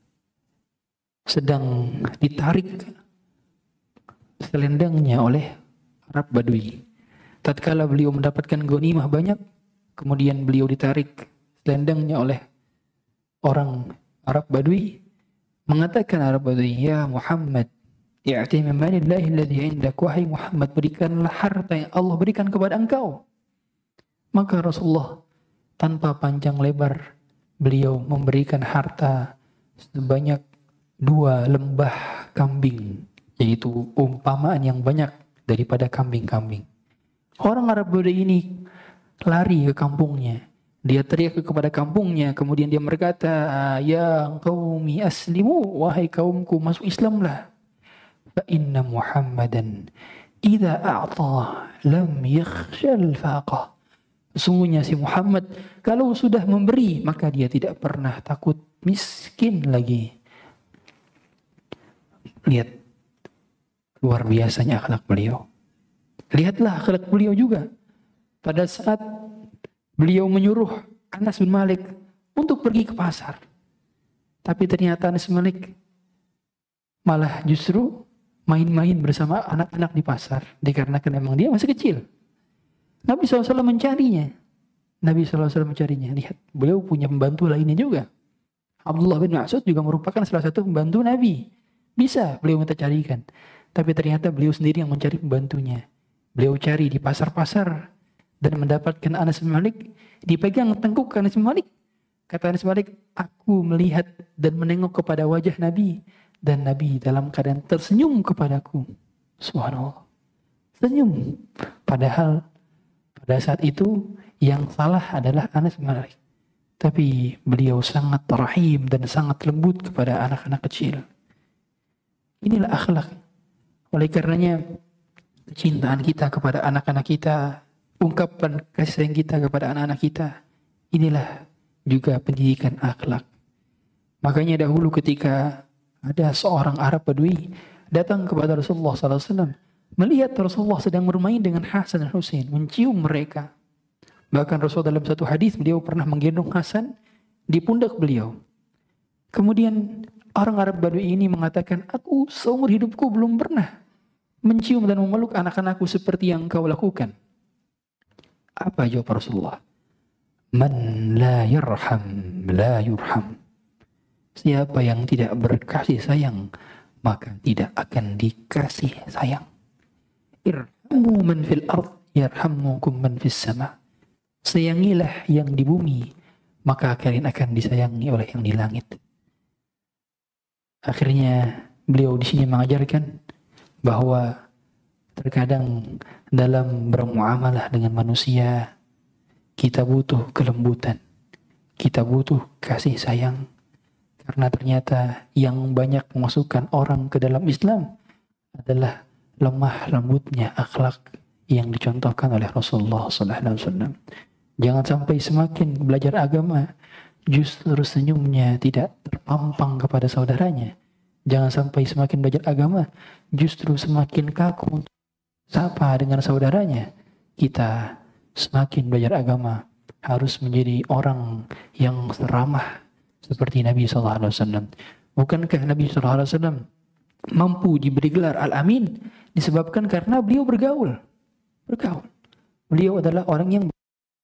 sedang ditarik selendangnya oleh Arab Badui. Tatkala beliau mendapatkan ghanimah banyak, kemudian beliau ditarik selendangnya oleh orang Arab Badui, mengatakan Arab Badui, "Ya Muhammad, i'ti min malillahi alladhi 'indak." Wahai Muhammad, berikanlah harta yang Allah berikan kepada engkau. Maka Rasulullah tanpa panjang lebar beliau memberikan harta sebanyak 2 lembah kambing, yaitu umpamaan yang banyak daripada kambing-kambing. Orang Arab Badui ini lari ke kampungnya. Dia teriak kepada kampungnya, kemudian dia berkata, "Ya qaumi aslimu, wahai kaumku, masuk Islamlah. Fa inna Muhammadan idza a'ta lam yakhshal faqah." Sesungguhnya si Muhammad kalau sudah memberi maka dia tidak pernah takut miskin lagi. Lihat luar biasanya akhlak beliau. Lihatlah akhlak beliau juga. Pada saat beliau menyuruh Anas bin Malik untuk pergi ke pasar. Tapi ternyata Anas bin Malik malah justru main-main bersama anak-anak di pasar. Dikarenakan memang dia masih kecil. Nabi SAW mencarinya. Nabi SAW mencarinya. Lihat, beliau punya pembantu lainnya juga. Abdullah bin Mas'ud juga merupakan salah satu pembantu Nabi. Bisa beliau minta carikan. Tapi ternyata beliau sendiri yang mencari pembantunya. Beliau cari di pasar-pasar dan mendapatkan Anas bin Malik, dipegang tengkuk Anas bin Malik. Kata Anas bin Malik, "Aku melihat dan menengok kepada wajah Nabi dan Nabi dalam keadaan tersenyum kepadaku." Subhanallah. Senyum. Padahal pada saat itu yang salah adalah Anas bin Malik. Tapi beliau sangat rahim dan sangat lembut kepada anak-anak kecil. Inilah akhlak. Oleh karenanya kecintaan kita kepada anak-anak kita, ungkapan kasih sayang kita kepada anak-anak kita, inilah juga pendidikan akhlak. Makanya dahulu ketika ada seorang Arab Badui datang kepada Rasulullah SAW, melihat Rasulullah sedang bermain dengan Hasan dan Husain, mencium mereka. Bahkan Rasulullah dalam satu hadis beliau pernah menggendong Hasan di pundak beliau. Kemudian orang Arab Badui ini mengatakan, "Aku seumur hidupku belum pernah mencium dan memeluk anak-anakku seperti yang kau lakukan." Apa jawab Rasulullah? "Man la yarham la yurham." Siapa yang tidak berkasih sayang, maka tidak akan dikasih sayang. Irhamu man fil ard yarhamukum man fis sama. Sayangilah yang di bumi, maka kalian akan disayangi oleh yang di langit. Akhirnya beliau di sini mengajarkan bahwa terkadang dalam bermuamalah dengan manusia kita butuh kelembutan, kita butuh kasih sayang, karena ternyata yang banyak memasukkan orang ke dalam Islam adalah lemah lembutnya akhlak yang dicontohkan oleh Rasulullah SAW. Jangan sampai semakin belajar agama justru senyumnya tidak terpampang kepada saudaranya. Jangan sampai semakin belajar agama justru semakin kaku untuk sapa dengan saudaranya. Kita semakin belajar agama harus menjadi orang yang seramah seperti Nabi SAW. Bukankah Nabi SAW mampu diberi gelar Al-Amin disebabkan karena beliau bergaul. Beliau adalah orang yang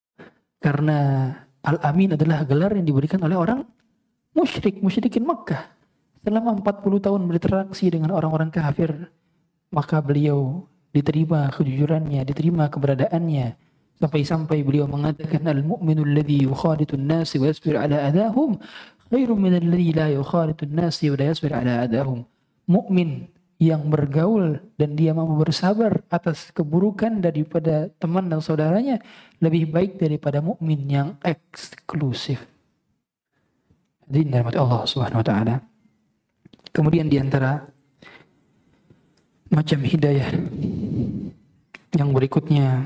Karena Al-Amin adalah gelar yang diberikan oleh orang musyrikin Makkah. Selama 40 tahun berinteraksi dengan orang-orang kafir, maka beliau diterima kejujurannya, diterima keberadaannya. Sampai-sampai beliau mengatakan, al-mu'minul ladzi yukhalitun nasi wa yasbir ala adahum khairum minal ladzi la yukhalitun nasi wa la yasbir ala adahum. Mukmin yang bergaul dan dia mampu bersabar atas keburukan daripada teman dan saudaranya lebih baik daripada mukmin yang eksklusif. Hadirin dirahmati Allah Subhanahu wa taala. Kemudian di antara macam hidayah yang berikutnya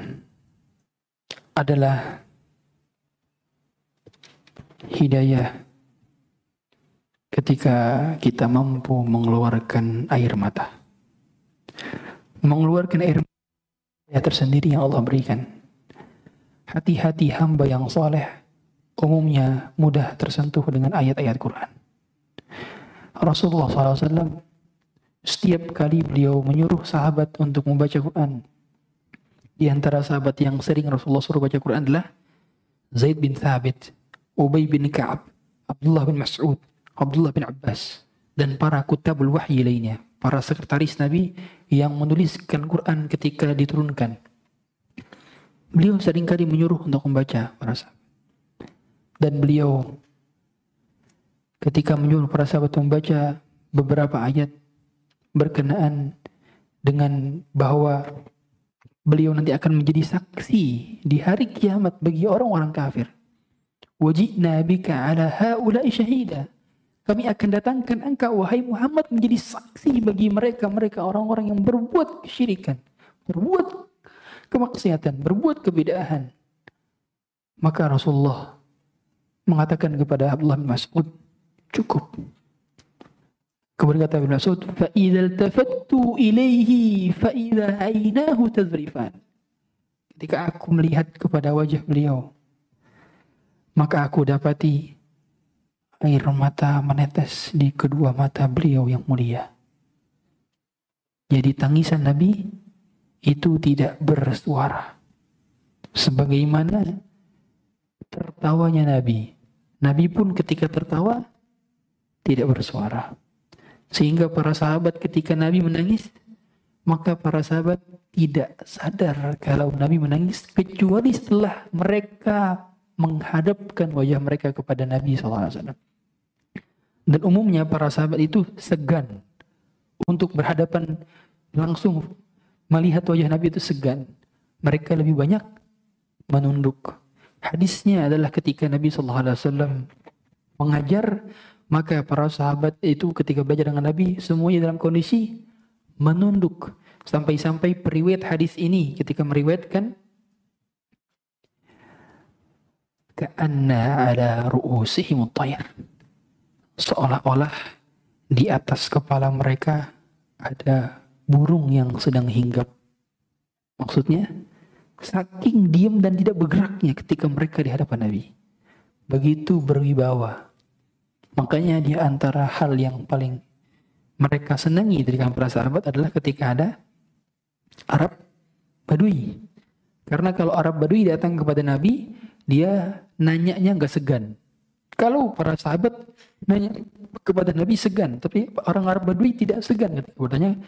adalah hidayah ketika kita mampu mengeluarkan air mata. Mengeluarkan air mata tersendiri yang Allah berikan. Hati-hati hamba yang soleh umumnya mudah tersentuh dengan ayat-ayat Quran. Rasulullah SAW setiap kali beliau menyuruh sahabat untuk membaca Quran. Di antara sahabat yang sering Rasulullah suruh baca Quran adalah Zaid bin Thabit, Ubay bin Ka'ab, Abdullah bin Mas'ud, Abdullah bin Abbas, dan para kutabul wahyi lainnya, para sekretaris Nabi yang menuliskan Quran ketika diturunkan. Beliau seringkali menyuruh untuk membaca para sahabat. Dan beliau ketika menyuruh para sahabat membaca beberapa ayat berkenaan dengan bahwa beliau nanti akan menjadi saksi di hari kiamat bagi orang-orang kafir. Wajidna bika ala haula'i syahida. Kami akan datangkan engkau wahai Muhammad menjadi saksi bagi mereka orang-orang yang berbuat kesyirikan, berbuat kemaksiatan, berbuat kebid'ahan. Maka Rasulullah mengatakan kepada Abdullah bin Mas'ud, cukup. Kemudian kata Ibn Mas'ud, فَإِذَا الْتَفَتُّ إِلَيْهِ فَإِذَا عَيْنَاهُ تَذْرِفَانِ. Ketika aku melihat kepada wajah beliau, maka aku dapati air mata menetes di kedua mata beliau yang mulia. Jadi tangisan Nabi itu tidak bersuara. Sebagaimana tertawanya Nabi. Nabi pun ketika tertawa tidak bersuara. Sehingga para sahabat ketika Nabi menangis, maka para sahabat tidak sadar kalau Nabi menangis kecuali setelah mereka menghadapkan wajah mereka kepada Nabi SAW. Dan umumnya para sahabat itu segan untuk berhadapan langsung melihat wajah Nabi itu segan. Mereka lebih banyak menunduk. Hadisnya adalah ketika Nabi SAW mengajar, maka para sahabat itu ketika belajar dengan Nabi semuanya dalam kondisi menunduk. Sampai-sampai periwayat hadis ini ketika meriwayatkan ka'anna ala ru'usihim at-tayr. Seolah-olah di atas kepala mereka ada burung yang sedang hinggap. Maksudnya saking diam dan tidak bergeraknya ketika mereka di hadapan Nabi. Begitu berwibawa. Makanya di antara hal yang paling mereka senangi dari kalangan para sahabat adalah ketika ada Arab Badui. Karena kalau Arab Badui datang kepada Nabi, dia nanyanya nggak segan. Kalau para sahabat nanya kepada Nabi segan, tapi orang Arab Badui tidak segan ketika bertanya.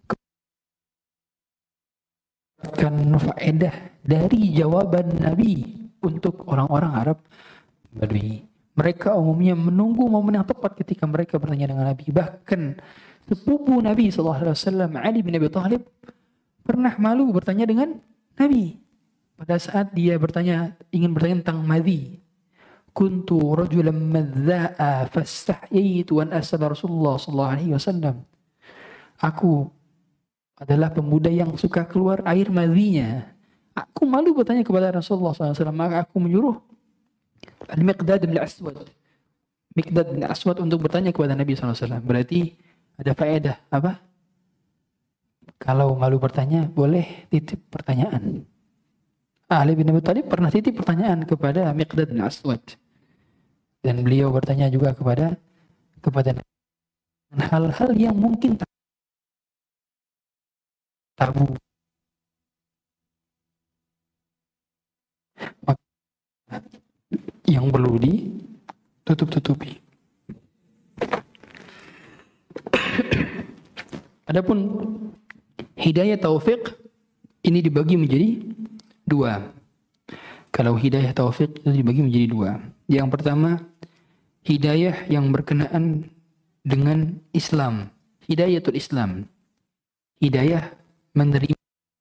Kan faedah dari jawaban Nabi untuk orang-orang Arab Badui. Mereka umumnya menunggu momen yang tepat ketika mereka bertanya dengan Nabi. Bahkan sepupu Nabi SAW, Ali bin Abi Thalib, pernah malu bertanya dengan Nabi. Pada saat dia ingin bertanya tentang madhi. Kuntu rajulan madza'a fastahyaitu an as'ala Rasulullah SAW. Aku adalah pemuda yang suka keluar air madhinya. Aku malu bertanya kepada Rasulullah SAW. Maka aku menyuruh Al-Miqdad bin Aswad. Miqdad bin Aswad untuk bertanya kepada Nabi SAW. Berarti ada faedah. Apa? Kalau malu bertanya, boleh titip pertanyaan. Ali bin Abi Thalib pernah titip pertanyaan kepada Miqdad bin Aswad. Dan beliau bertanya juga kepada hal-hal yang mungkin tabu. yang perlu ditutup-tutupi. Adapun hidayah taufik ini dibagi menjadi dua. Kalau hidayah taufik itu dibagi menjadi dua. Yang pertama, hidayah yang berkenaan dengan Islam, hidayatul Islam. Hidayah menerima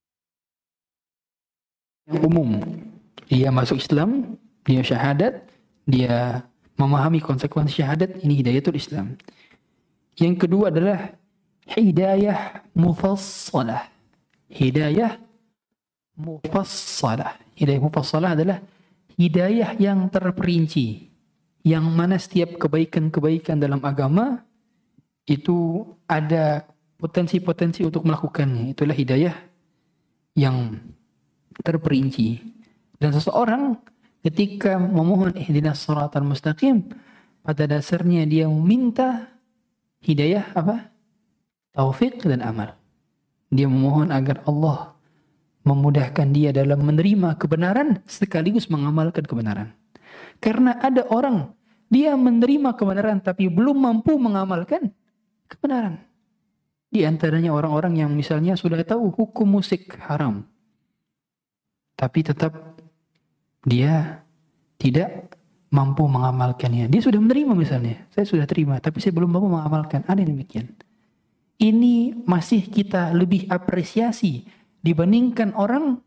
yang umum. Dia masuk Islam, dia syahadat, dia memahami konsekuensi syahadat, ini hidayatul Islam. Yang kedua adalah hidayah mufassalah. Hidayah mufassalah. Hidayah mufassalah adalah hidayah yang terperinci, yang mana setiap kebaikan-kebaikan dalam agama itu ada potensi-potensi untuk melakukannya. Itulah hidayah yang terperinci. Dan seseorang ketika memohon ihdinas shiratal mustaqim, pada dasarnya dia meminta hidayah apa? Taufik dan amal. Dia memohon agar Allah memudahkan dia dalam menerima kebenaran sekaligus mengamalkan kebenaran. Karena ada orang dia menerima kebenaran tapi belum mampu mengamalkan kebenaran. Di antaranya orang-orang yang misalnya sudah tahu hukum musik haram, tapi tetap dia tidak mampu mengamalkannya. Dia sudah menerima misalnya, saya sudah terima, tapi saya belum mampu mengamalkan. Ada yang demikian. Ini masih kita lebih apresiasi dibandingkan orang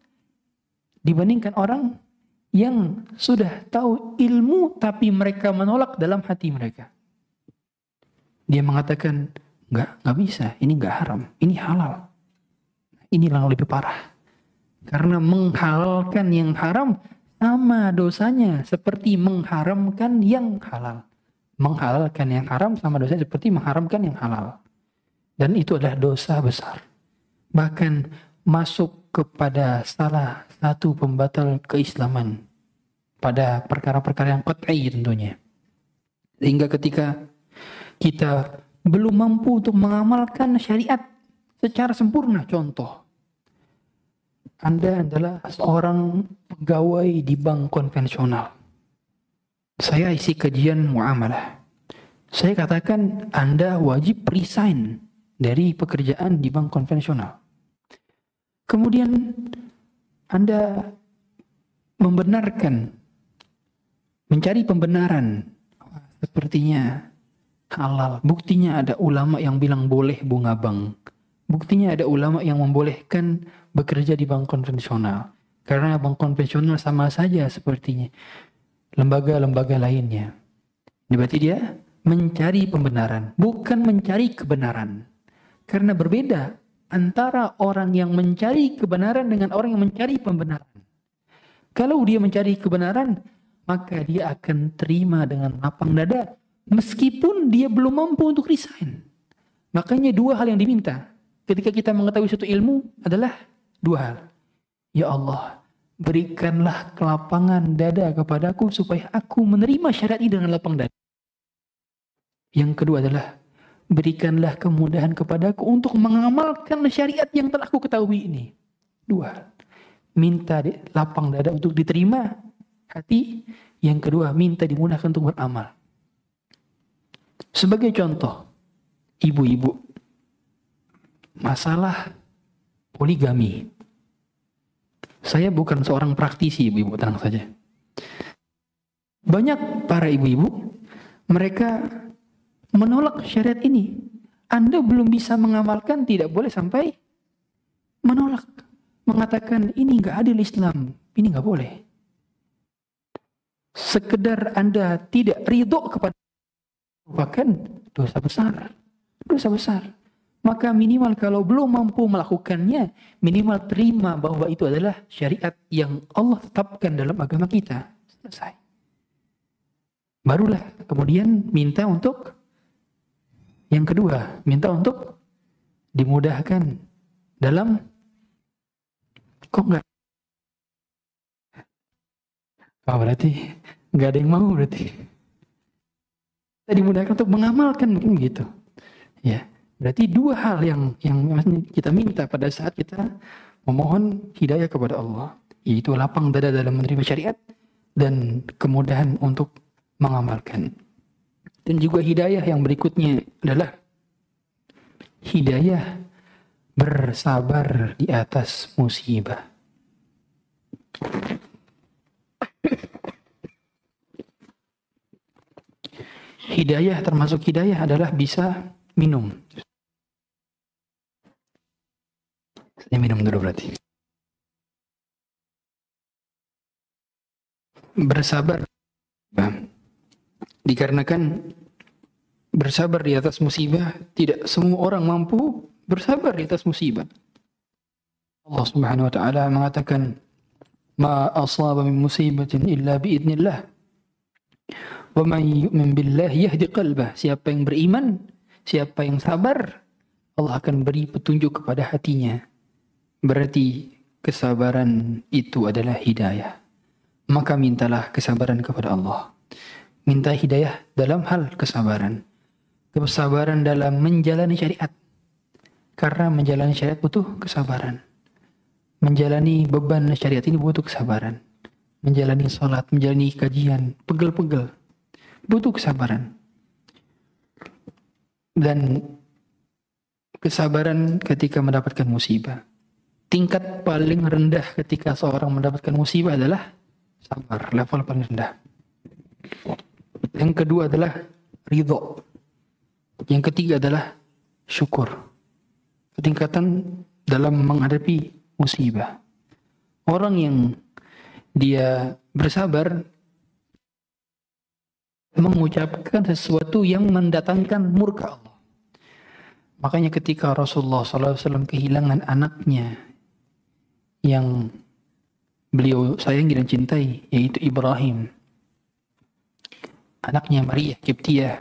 yang sudah tahu ilmu tapi mereka menolak dalam hati mereka. Dia mengatakan, nggak bisa, ini nggak haram, ini halal. Ini yang lebih parah. Karena menghalalkan yang haram sama dosanya seperti mengharamkan yang halal. Menghalalkan yang haram sama dosanya seperti mengharamkan yang halal. Dan itu adalah dosa besar. Bahkan masuk kepada salah satu pembatal keislaman pada perkara-perkara yang qat'i tentunya. Sehingga ketika kita belum mampu untuk mengamalkan syariat secara sempurna, contoh, Anda adalah seorang pegawai di bank konvensional. Saya isi kajian muamalah. Saya katakan Anda wajib resign dari pekerjaan di bank konvensional. Kemudian Anda mencari pembenaran. Sepertinya halal. Buktinya ada ulama yang bilang boleh bunga bank. Buktinya ada ulama yang membolehkan bekerja di bank konvensional. Karena bank konvensional sama saja sepertinya lembaga-lembaga lainnya. Berarti dia mencari pembenaran, bukan mencari kebenaran. Karena berbeda antara orang yang mencari kebenaran dengan orang yang mencari pembenaran. Kalau dia mencari kebenaran, maka dia akan terima dengan lapang dada meskipun dia belum mampu untuk resign. Makanya dua hal yang diminta ketika kita mengetahui suatu ilmu adalah dua hal. Ya Allah, berikanlah kelapangan dada kepadaku supaya aku menerima syariat ini dengan lapang dada. Yang kedua adalah berikanlah kemudahan kepadaku untuk mengamalkan syariat yang telah aku ketahui ini. Dua. Minta lapang dada untuk diterima hati. Yang kedua, minta dimudahkan untuk beramal. Sebagai contoh, ibu-ibu, masalah poligami. Saya bukan seorang praktisi, ibu-ibu, tenang saja. Banyak para ibu-ibu, mereka menolak syariat ini. Anda belum bisa mengamalkan, tidak boleh sampai menolak. Mengatakan ini nggak adil Islam, ini nggak boleh. Sekedar Anda tidak ridho kepada merupakan dosa besar. Dosa besar. Maka minimal kalau belum mampu melakukannya, minimal terima bahwa itu adalah syariat yang Allah tetapkan dalam agama kita. Selesai. Barulah kemudian minta untuk yang kedua, minta untuk dimudahkan dalam kok enggak? Oh, berarti enggak ada yang mau berarti. Kita dimudahkan untuk mengamalkan mungkin gitu. Ya, berarti dua hal yang kita minta pada saat kita memohon hidayah kepada Allah, yaitu lapang dada dalam menerima syariat dan kemudahan untuk mengamalkan. Dan juga hidayah yang berikutnya adalah hidayah bersabar di atas musibah. Hidayah termasuk hidayah adalah bisa minum. Saya minum dulu berarti. Bersabar. Dikarenakan bersabar di atas musibah, tidak semua orang mampu bersabar di atas musibah. Allah Subhanahu wa taala mengatakan, "Ma asaba min musibatin illa biidznillah. Wa man yu'min billahi yahdi qalbah." Siapa yang beriman, siapa yang sabar, Allah akan beri petunjuk kepada hatinya. Berarti kesabaran itu adalah hidayah. Maka mintalah kesabaran kepada Allah. Minta hidayah dalam hal kesabaran. Kesabaran dalam menjalani syariat. Karena menjalani syariat butuh kesabaran. Menjalani beban syariat ini butuh kesabaran. Menjalani salat, menjalani kajian, pegel-pegel. Butuh kesabaran. Dan kesabaran ketika mendapatkan musibah. Tingkat paling rendah ketika seorang mendapatkan musibah adalah sabar, level paling rendah. Yang kedua adalah ridho. Yang ketiga adalah syukur. Peningkatan dalam menghadapi musibah. Orang yang dia bersabar mengucapkan sesuatu yang mendatangkan murka Allah. Makanya ketika Rasulullah SAW kehilangan anaknya yang beliau sayangi dan cintai, yaitu Ibrahim, anaknya Maria Kiptiyah,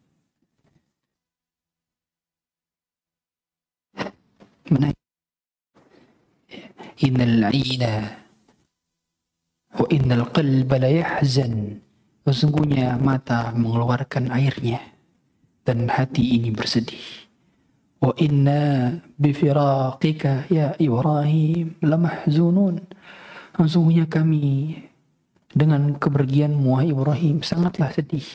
innal 'aina wa innal qalba la yahzan, sesungguhnya mata mengeluarkan airnya dan hati ini bersedih. Wa inna bifiraqika ya Ibrahim lamahzunun, sesungguhnya kami dengan kepergianmu wahai Ibrahim sangatlah sedih.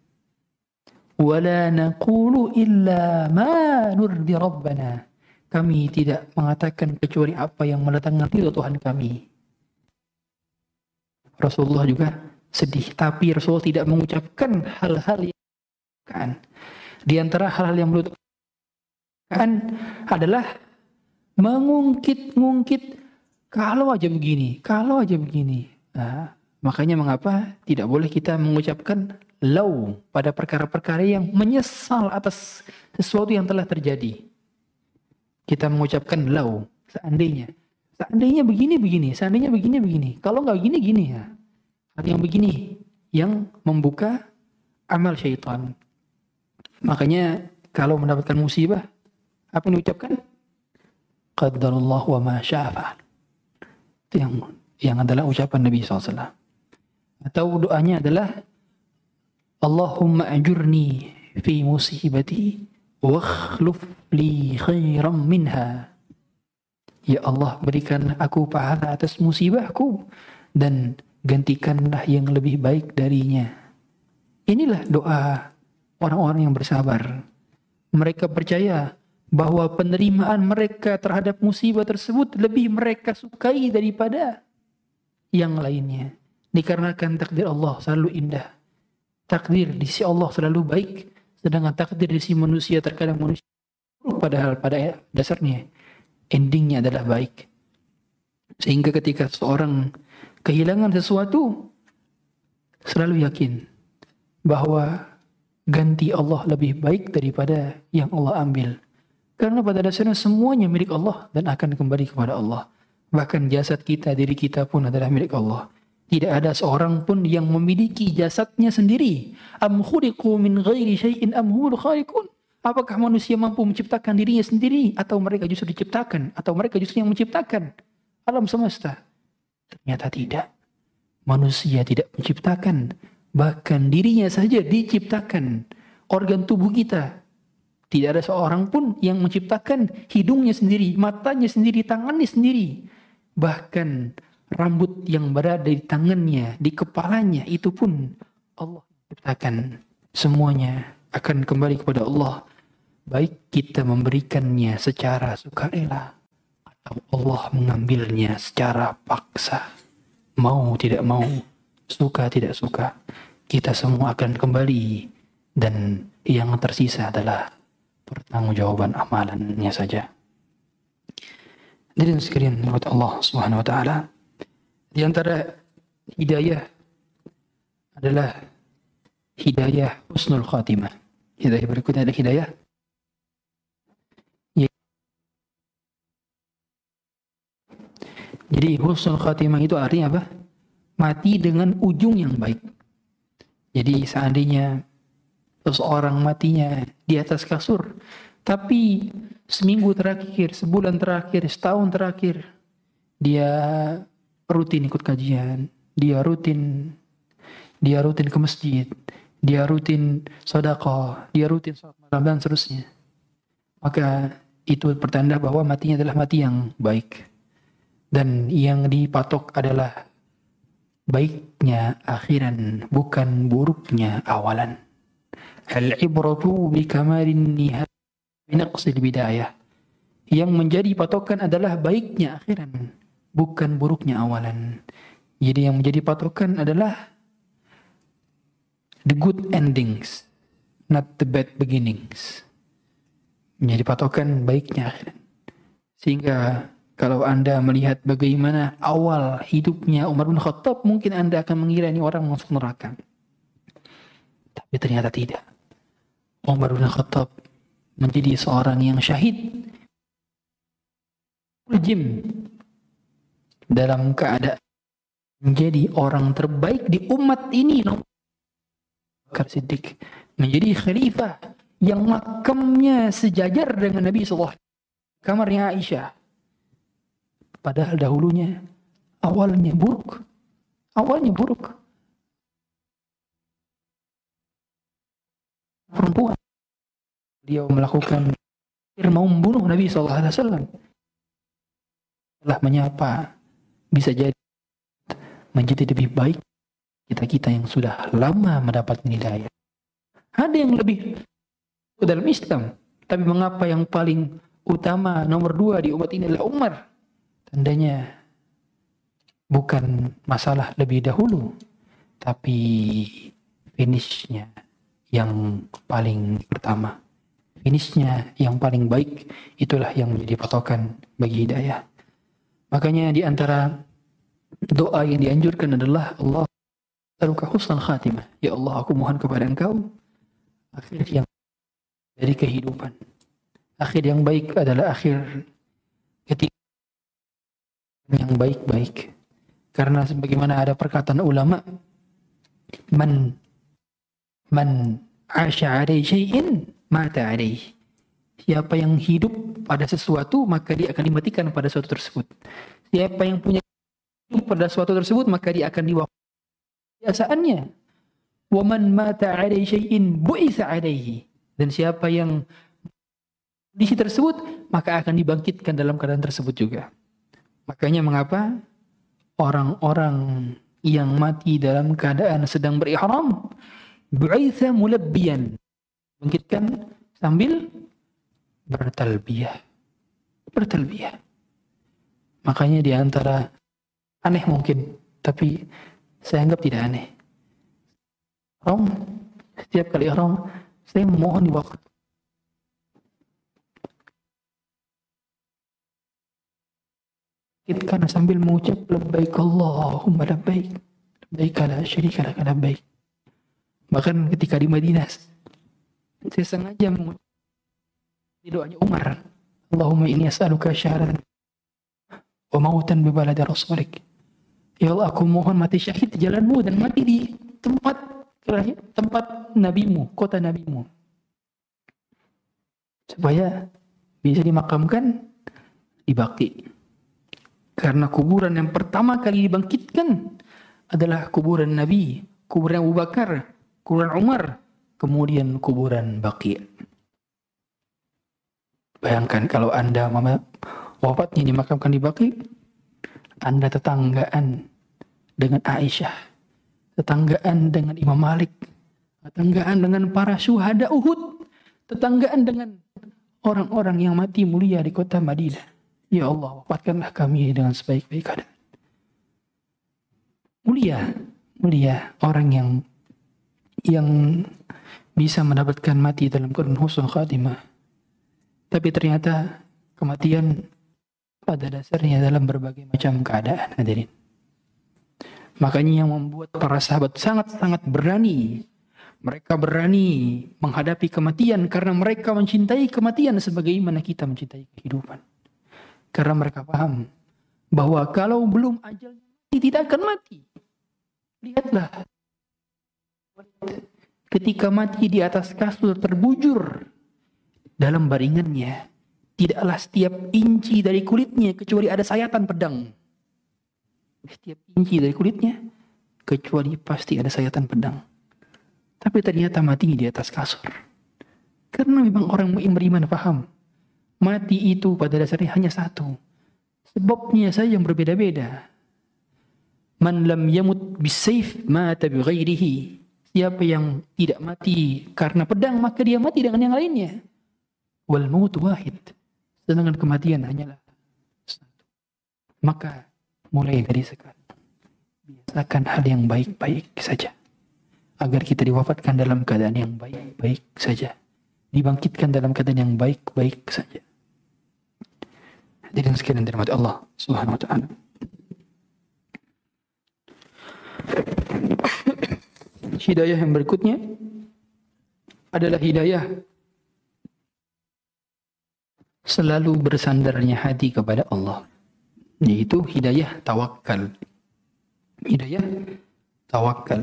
Wala naqulu illa ma nurdi rabbana, kami tidak mengatakan kecuali apa yang mendatangkan ridha Tuhan kami. Rasulullah juga sedih, tapi Rasulullah tidak mengucapkan hal-hal yang kan. Di antara hal-hal yang beliau kan adalah mengungkit-ngungkit kalau aja begini. Nah, makanya mengapa tidak boleh kita mengucapkan lau pada perkara-perkara yang menyesal atas sesuatu yang telah terjadi. Kita mengucapkan lau, seandainya begini, seandainya begini. Kalau nggak gini ya. Hal yang begini yang membuka amal syaitan. Makanya kalau mendapatkan musibah, apa yang diucapkan? Qadarullah wa ma syaa fa'al. Itu yang adalah ucapan Nabi SAW. Atau doanya adalah Allahumma ajurni fi musibati wa akhluf li khairan minha. Ya Allah, berikan aku pahala atas musibahku dan gantikanlah yang lebih baik darinya. Inilah doa orang-orang yang bersabar. Mereka percaya bahwa penerimaan mereka terhadap musibah tersebut lebih mereka sukai daripada yang lainnya. Dikarenakan takdir Allah selalu indah. Takdir di sisi Allah selalu baik. Sedangkan takdir di sisi manusia terkadang manusia padahal pada dasarnya endingnya adalah baik. Sehingga ketika seorang kehilangan sesuatu, selalu yakin bahwa ganti Allah lebih baik daripada yang Allah ambil. Karena pada dasarnya semuanya milik Allah dan akan kembali kepada Allah. Bahkan jasad kita, diri kita pun adalah milik Allah. Tidak ada seorang pun yang memiliki jasadnya sendiri. Am khuliqu min ghairi syai'in am humul khaliqun. Apakah manusia mampu menciptakan dirinya sendiri, atau mereka justru diciptakan, atau mereka justru yang menciptakan alam semesta? Ternyata tidak. Manusia tidak menciptakan, bahkan dirinya saja diciptakan. Organ tubuh kita, tidak ada seorang pun yang menciptakan hidungnya sendiri, matanya sendiri, tangannya sendiri. Bahkan rambut yang berada di tangannya, di kepalanya, itu pun Allah ciptakan. Semuanya akan kembali kepada Allah. Baik kita memberikannya secara sukarela atau Allah mengambilnya secara paksa. Mau tidak mau, suka tidak suka, kita semua akan kembali, dan yang tersisa adalah pertanggungjawaban amalannya saja. Jadi sekalian menurut Allah Subhanahu wa taala, di antara hidayah adalah hidayah husnul khatimah. Hidayah berikutnya adalah hidayah jadi husnul khatimah itu artinya apa? Mati dengan ujung yang baik. Jadi seandainya seseorang matinya di atas kasur, tapi seminggu terakhir, sebulan terakhir, setahun terakhir, dia rutin ikut kajian, dia rutin ke masjid, dia rutin sedekah, dia rutin salat malam dan seterusnya, maka itu pertanda bahwa matinya adalah mati yang baik. Dan yang dipatok adalah baiknya akhiran, bukan buruknya awalan. Al-ibratu bi kamalin nihayah min aqsil bidayah. Yang menjadi patokan adalah baiknya akhiran, bukan buruknya awalan. Jadi yang menjadi patokan adalah the good endings, not the bad beginnings. Menjadi patokan baiknya akhiran. Sehingga kalau Anda melihat bagaimana awal hidupnya Umar bin Khattab, mungkin Anda akan mengira ini orang masuk neraka. Tapi ternyata tidak. Umar bin Khattab menjadi seorang yang syahid jim dalam keadaan menjadi orang terbaik di umat ini. Bakar Siddiq menjadi khalifah yang makamnya sejajar dengan Nabi SAW, kamarnya Aisyah. Padahal dahulunya awalnya buruk. Perempuan, dia melakukan mau membunuh Nabi SAW. Telah menyapa, bisa jadi menjadi lebih baik kita yang sudah lama mendapat hidayah. Ada yang lebih dalam Islam, tapi mengapa yang paling utama nomor 2 di umat ini adalah Umar? Tandanya bukan masalah lebih dahulu, tapi finishnya yang paling pertama, finishnya yang paling baik, itulah yang menjadi patokan bagi hidayah. Makanya di antara doa yang dianjurkan adalah Allah as'aluka husnal khatimah. Ya Allah, aku mohon kepada Engkau akhir yang dari kehidupan. Akhir yang baik adalah akhir ketika yang baik-baik. Karena sebagaimana ada perkataan ulama, man asya alaihi syai'in mata alaihi. Siapa yang hidup pada sesuatu, maka dia akan dimatikan pada sesuatu tersebut. Siapa yang punya hidup pada sesuatu tersebut, maka dia akan diwafatkan kebiasaannya. Wa man mata alaihi syai'in bu'itsa alaihi. Dan siapa yang kondisi tersebut, maka akan dibangkitkan dalam keadaan tersebut juga. Makanya mengapa orang-orang yang mati dalam keadaan sedang berihram, bu'itsa mulabbiyan, bangkitkan sambil bertalbiyah. Makanya di antara aneh mungkin, tapi saya anggap tidak aneh. Setiap kali ihram, saya memohon di waktu karena sambil mengucap labbaik Allahumma labbaik, labbaik la syarika lak labbaik. Bahkan ketika di Madinah, saya sengaja mengucap doanya Umar, Allahumma inni as'aluka syahran wa mautan bi baladi rasulik. Ya Allah, aku mohon mati syahid di jalanmu dan mati di tempat nabimu, kota nabimu, supaya bisa dimakamkan di Baqi. Karena kuburan yang pertama kali dibangkitkan adalah kuburan Nabi, kuburan Abu Bakar, kuburan Umar, kemudian kuburan Baqi. Bayangkan kalau Anda wafatnya dimakamkan di Baqi, Anda tetanggaan dengan Aisyah, tetanggaan dengan Imam Malik, tetanggaan dengan para syuhada Uhud, tetanggaan dengan orang-orang yang mati mulia di kota Madinah. Ya Allah, wafatkanlah kami dengan sebaik-baik keadaan. Mulia orang yang bisa mendapatkan mati dalam keadaan husnul khatimah. Tapi ternyata kematian pada dasarnya dalam berbagai macam keadaan, hadirin. Makanya yang membuat para sahabat sangat-sangat berani. Mereka berani menghadapi kematian karena mereka mencintai kematian sebagaimana kita mencintai kehidupan. Karena mereka paham bahwa kalau belum ajalnya mati, tidak akan mati. Lihatlah, ketika mati di atas kasur terbujur dalam baringannya, tidaklah setiap inci dari kulitnya kecuali ada sayatan pedang. Setiap inci dari kulitnya kecuali pasti ada sayatan pedang. Tapi ternyata mati di atas kasur. Karena memang orang yang beriman paham, mati itu pada dasarnya hanya satu. Sebabnya saja yang berbeda-beda. Man lam yamut bisayf mata bighairihi. Siapa yang tidak mati karena pedang, maka dia mati dengan yang lainnya. Wal maut wahid. Sedangkan kematian hanyalah satu. Maka mulai dari sekarang, biasakan hal yang baik-baik saja. Agar kita diwafatkan dalam keadaan yang baik-baik saja. Dibangkitkan dalam keadaan yang baik-baik saja. Hadirin sekalian dirahmati Allah Subhanahu wa taala. Hidayah yang berikutnya adalah hidayah selalu bersandarnya hati kepada Allah, yaitu hidayah tawakal. Hidayah tawakal.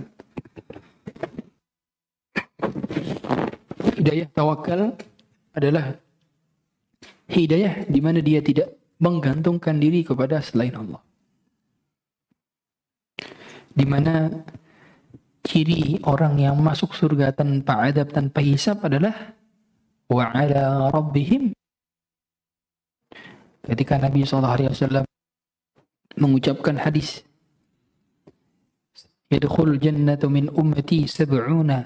Hidayah tawakal adalah hidayah di mana dia tidak menggantungkan diri kepada selain Allah. Di mana ciri orang yang masuk surga tanpa adab, tanpa hisab adalah wa ala rabbihim. Ketika Nabi SAW mengucapkan hadis, yadkhul jannatu min ummati sab'una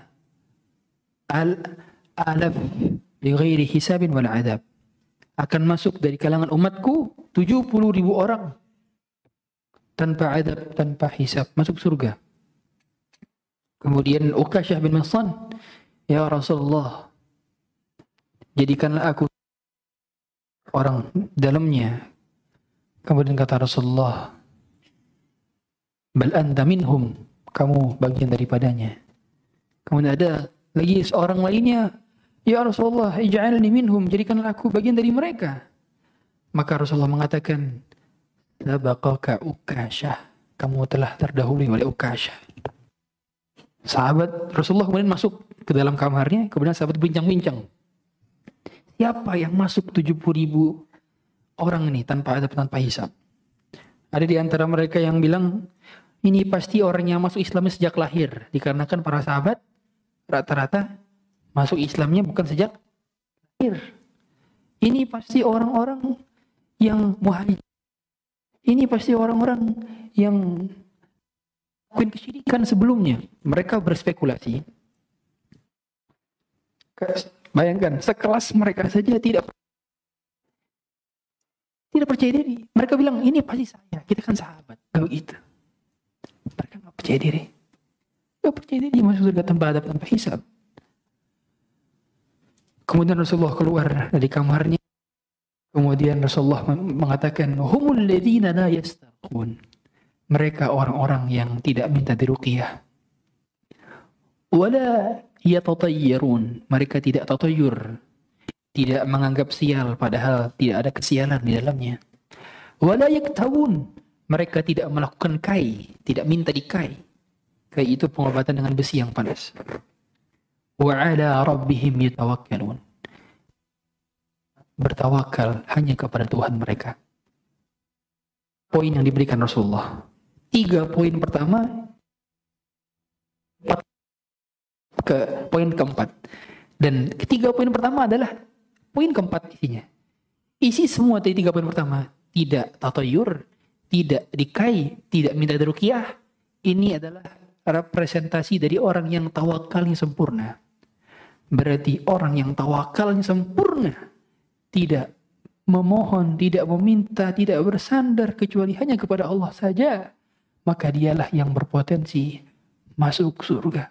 alaf bighairi hisabin wal adab. Akan masuk dari kalangan umatku 70.000 orang tanpa adab, tanpa hisab, masuk surga. Kemudian Uqasyah bin Mihsan, ya Rasulullah, jadikanlah aku orang dalamnya. Kemudian kata Rasulullah, bal anta minhum, kamu bagian daripadanya. Kemudian ada lagi seorang lainnya, ya Rasulullah, ij'alni minhum, jadikanlah aku bagian dari mereka. Maka Rasulullah mengatakan, sabaqaka Uqasyah, kamu telah terdahului oleh Uqasyah. Sahabat Rasulullah kemudian masuk ke dalam kamarnya, kemudian sahabat bincang-bincang. Siapa yang masuk 70.000 orang ini tanpa adab, tanpa hisab? Ada di antara mereka yang bilang, ini pasti orang yang masuk Islamnya sejak lahir. Dikarenakan para sahabat rata-rata masuk Islamnya bukan sejak lahir. Ini pasti orang-orang yang muhajir. Ini pasti orang-orang yang melakukan kesyirikan sebelumnya. Mereka berspekulasi. Bayangkan, sekelas mereka saja tidak percaya diri. Mereka bilang, ini pasti saya, kita kan sahabat. Gak begitu. Mereka gak percaya diri. Gak percaya diri masuk surga tanpa adab, tanpa hisab. Kemudian Rasulullah keluar dari kamarnya. Kemudian Rasulullah mengatakan, humul ladzina la yastarqun. Mereka orang-orang yang tidak minta diruqyah. Wala yatatayyarun. Mereka tidak tatayyur. Tidak menganggap sial padahal tidak ada kesialan di dalamnya. Wala yaktawun. Mereka tidak melakukan kai, tidak minta dikai. Kai itu pengobatan dengan besi yang panas. Wa ala rabbihim yatawakkalun. Bertawakal hanya kepada Tuhan mereka. Poin yang diberikan Rasulullah. 3 poin pertama, poin keempat. Dan ketiga poin pertama adalah poin keempat isinya. Isi semua dari 3 poin pertama. Tidak tatayur, tidak dikai, tidak minta ruqyah, ini adalah representasi dari orang yang tawakalnya sempurna. Berarti orang yang tawakalnya sempurna, tidak memohon, tidak meminta, tidak bersandar kecuali hanya kepada Allah saja, maka dialah yang berpotensi masuk surga.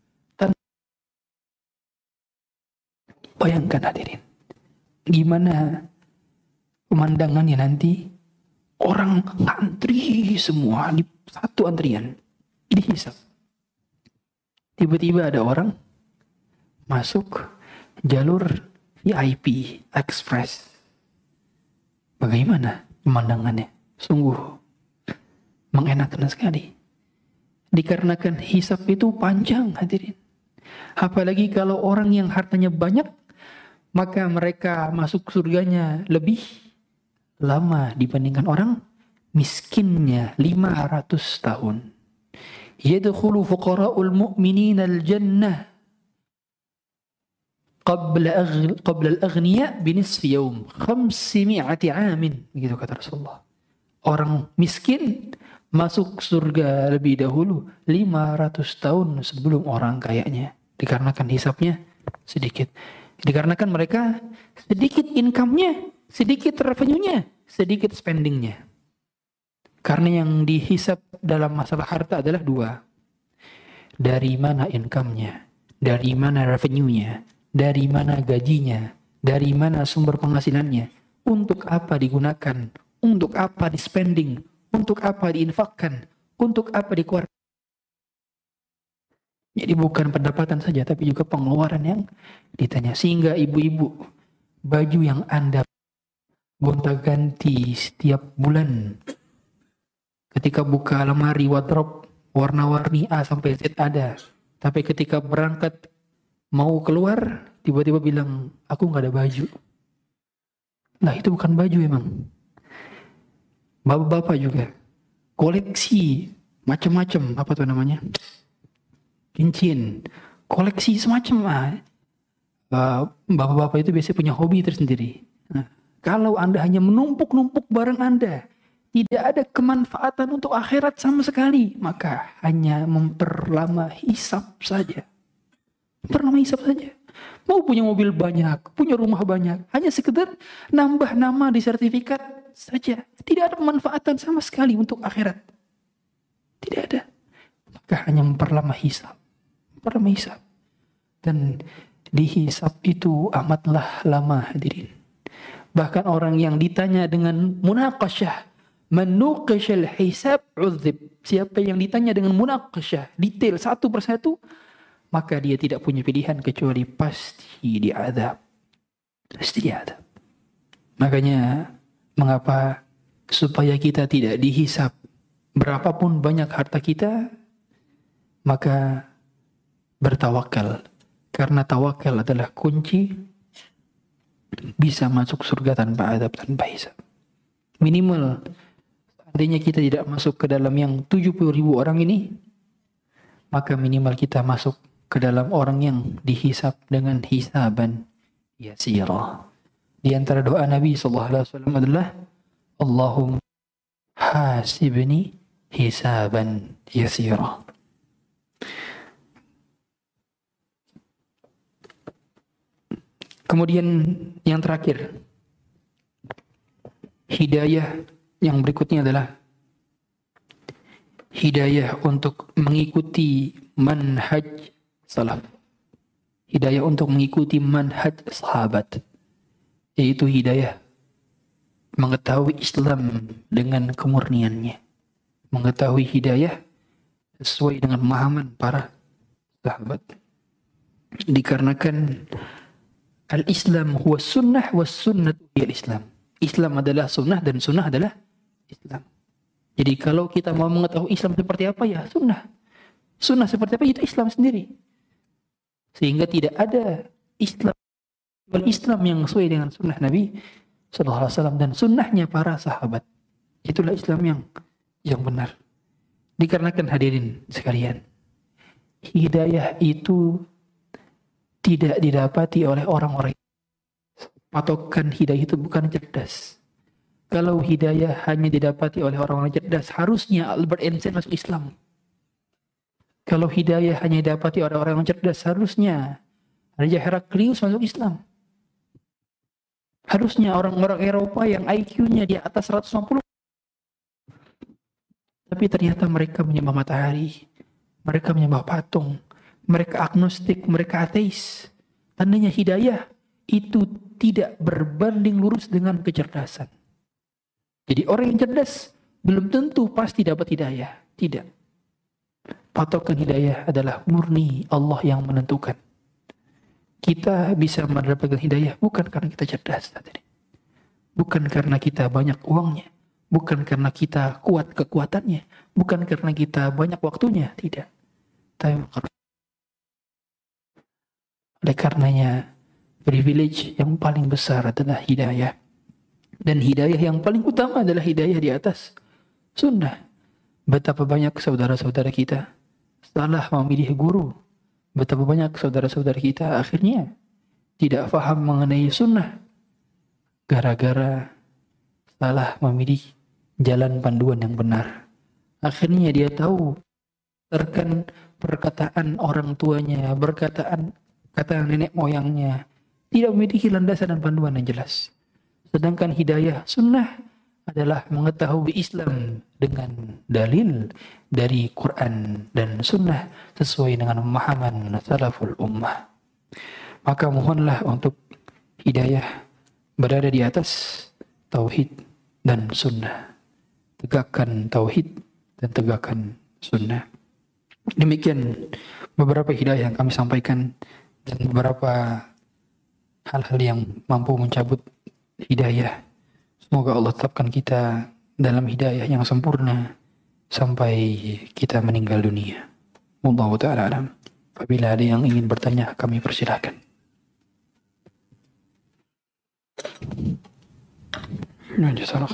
Bayangkan hadirin, gimana pemandangannya nanti, orang ngantri semua di satu antrian, dihisap. Tiba-tiba ada orang masuk jalur VIP Express. Bagaimana pemandangannya? Sungguh mengenakan sekali. Dikarenakan hisap itu panjang hadirin. Apalagi kalau orang yang hartanya banyak, maka mereka masuk surganya lebih lama dibandingkan orang miskinnya 500 tahun. Yadkhulu fuqara'ul mu'minina al-jannah qabla al-aghniya binisfi yawm 500 amin, begitu kata Rasulullah. Orang miskin masuk surga lebih dahulu 500 tahun sebelum orang kayanya, dikarenakan hisapnya sedikit. Dikarenakan mereka sedikit income-nya, sedikit revenue-nya, sedikit spending-nya. Karena yang dihisap dalam masalah harta adalah dua. Dari mana income-nya, dari mana revenue-nya, dari mana gajinya, dari mana sumber penghasilannya, untuk apa digunakan, untuk apa di spending, untuk apa diinfakkan, untuk apa dikeluarkan. Jadi bukan pendapatan saja, tapi juga pengeluaran yang ditanya. Sehingga ibu-ibu, baju yang Anda gonta-ganti setiap bulan, ketika buka lemari wardrobe, warna-warni A sampai Z ada. Tapi ketika berangkat, mau keluar, tiba-tiba bilang, aku gak ada baju. Nah itu bukan baju emang. Bapak-bapak juga, koleksi macam-macam, apa tuh namanya? Cincin, koleksi semacam. Bapak-bapak itu biasanya punya hobi tersendiri. Nah, kalau Anda hanya menumpuk-numpuk barang Anda, tidak ada kemanfaatan untuk akhirat sama sekali, maka hanya memperlama hisab saja. Memperlama hisab saja. Mau punya mobil banyak, punya rumah banyak, hanya sekedar nambah nama di sertifikat saja. Tidak ada pemanfaatan sama sekali untuk akhirat. Tidak ada. Maka hanya memperlama hisab. Memperlama hisab. Dan dihisab itu amatlah lama hadirin. Bahkan orang yang ditanya dengan munaqasyah, manuqashal hisab uzib. Siapa yang ditanya dengan munaqasyah, detail satu persatu, maka dia tidak punya pilihan kecuali pasti diadab. Pasti diadab. Makanya mengapa supaya kita tidak dihisab berapapun banyak harta kita, maka bertawakal. Karena tawakal adalah kunci bisa masuk surga tanpa adab, tanpa hisab. Minimal seandainya kita tidak masuk ke dalam yang 70.000 orang ini, maka minimal kita masuk ke dalam orang yang dihisab dengan hisaban yasira. Di antara doa Nabi SAW adalah Allahumma hasibni hisaban yasira. Kemudian yang terakhir, hidayah yang berikutnya adalah hidayah untuk mengikuti manhaj salaf. Hidayah untuk mengikuti manhaj sahabat. Yaitu hidayah mengetahui Islam dengan kemurniannya. Mengetahui hidayah sesuai dengan pemahaman para sahabat. Dikarenakan al-Islam huwa sunnah was sunnah hiya Islam. Islam adalah sunnah dan sunnah adalah Islam. Jadi kalau kita mau mengetahui Islam seperti apa, ya sunnah. Sunnah seperti apa, itu Islam sendiri. Sehingga tidak ada Islam yang sesuai dengan sunnah Nabi SAW dan sunnahnya para sahabat. Itulah Islam yang benar. Dikarenakan hadirin sekalian, hidayah itu tidak didapati oleh orang-orang. Patokan hidayah itu bukan cerdas. Kalau hidayah hanya didapati oleh orang-orang cerdas, harusnya Albert Einstein masuk Islam. Kalau hidayah hanya didapati oleh orang-orang cerdas, harusnya Raja Heraklius masuk Islam. Harusnya orang-orang Eropa yang IQ-nya di atas 150. Tapi ternyata mereka menyembah matahari, mereka menyembah patung, mereka agnostik, mereka ateis. Tandanya hidayah itu tidak berbanding lurus dengan kecerdasan. Jadi orang yang cerdas belum tentu pasti dapat hidayah. Tidak. Patokan hidayah adalah murni Allah yang menentukan. Kita bisa mendapatkan hidayah bukan karena kita cerdas tadi. Bukan karena kita banyak uangnya. Bukan karena kita kuat kekuatannya. Bukan karena kita banyak waktunya. Tidak. Tapi oleh karenanya privilege yang paling besar adalah hidayah. Dan hidayah yang paling utama adalah hidayah di atas sunnah. Betapa banyak saudara-saudara kita salah memilih guru. Betapa banyak saudara-saudara kita akhirnya tidak faham mengenai sunnah. Gara-gara salah memilih jalan panduan yang benar. Akhirnya dia tahu terkan perkataan orang tuanya, kata nenek moyangnya, tidak memiliki landasan dan panduan yang jelas. Sedangkan hidayah sunnah adalah mengetahui Islam dengan dalil dari Quran dan sunnah sesuai dengan pemahaman salaful ummah. Maka mohonlah untuk hidayah berada di atas tauhid dan sunnah. Tegakkan tauhid dan tegakkan sunnah. Demikian beberapa hidayah yang kami sampaikan dan beberapa hal-hal yang mampu mencabut hidayah. Semoga Allah tetapkan kita dalam hidayah yang sempurna sampai kita meninggal dunia. Wallahu ta'ala alam. Apabila ada yang ingin bertanya, kami persilahkan. Jazakallah.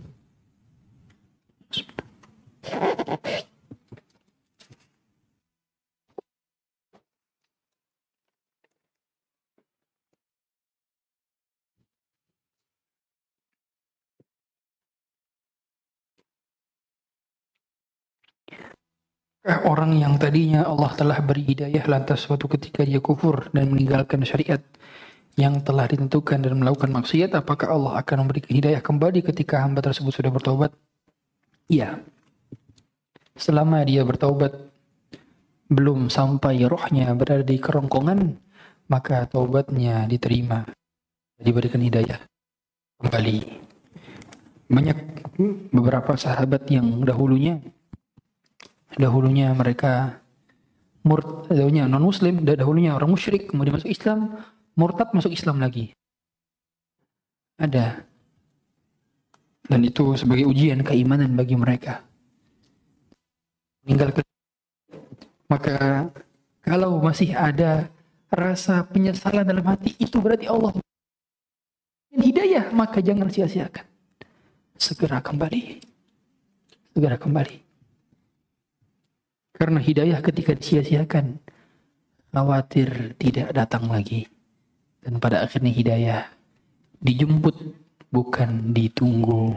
Orang yang tadinya Allah telah beri hidayah lantas suatu ketika dia kufur dan meninggalkan syariat yang telah ditentukan dan melakukan maksiat, apakah Allah akan memberikan hidayah kembali ketika hamba tersebut sudah bertobat? Iya. Selama dia bertobat belum sampai rohnya berada di kerongkongan, maka taubatnya diterima, diberikan hidayah kembali. Banyak beberapa sahabat yang dahulunya mereka dahulunya non muslim, dahulunya orang musyrik, kemudian masuk Islam, murtad masuk Islam lagi. Ada. Dan itu sebagai ujian keimanan bagi mereka. Meninggalkan. Maka kalau masih ada rasa penyesalan dalam hati, itu berarti Allah hidayah, maka jangan sia-siakan. Segera kembali. Segera kembali. Karena hidayah ketika disia-siakan, khawatir tidak datang lagi. Dan pada akhirnya hidayah dijemput, bukan ditunggu.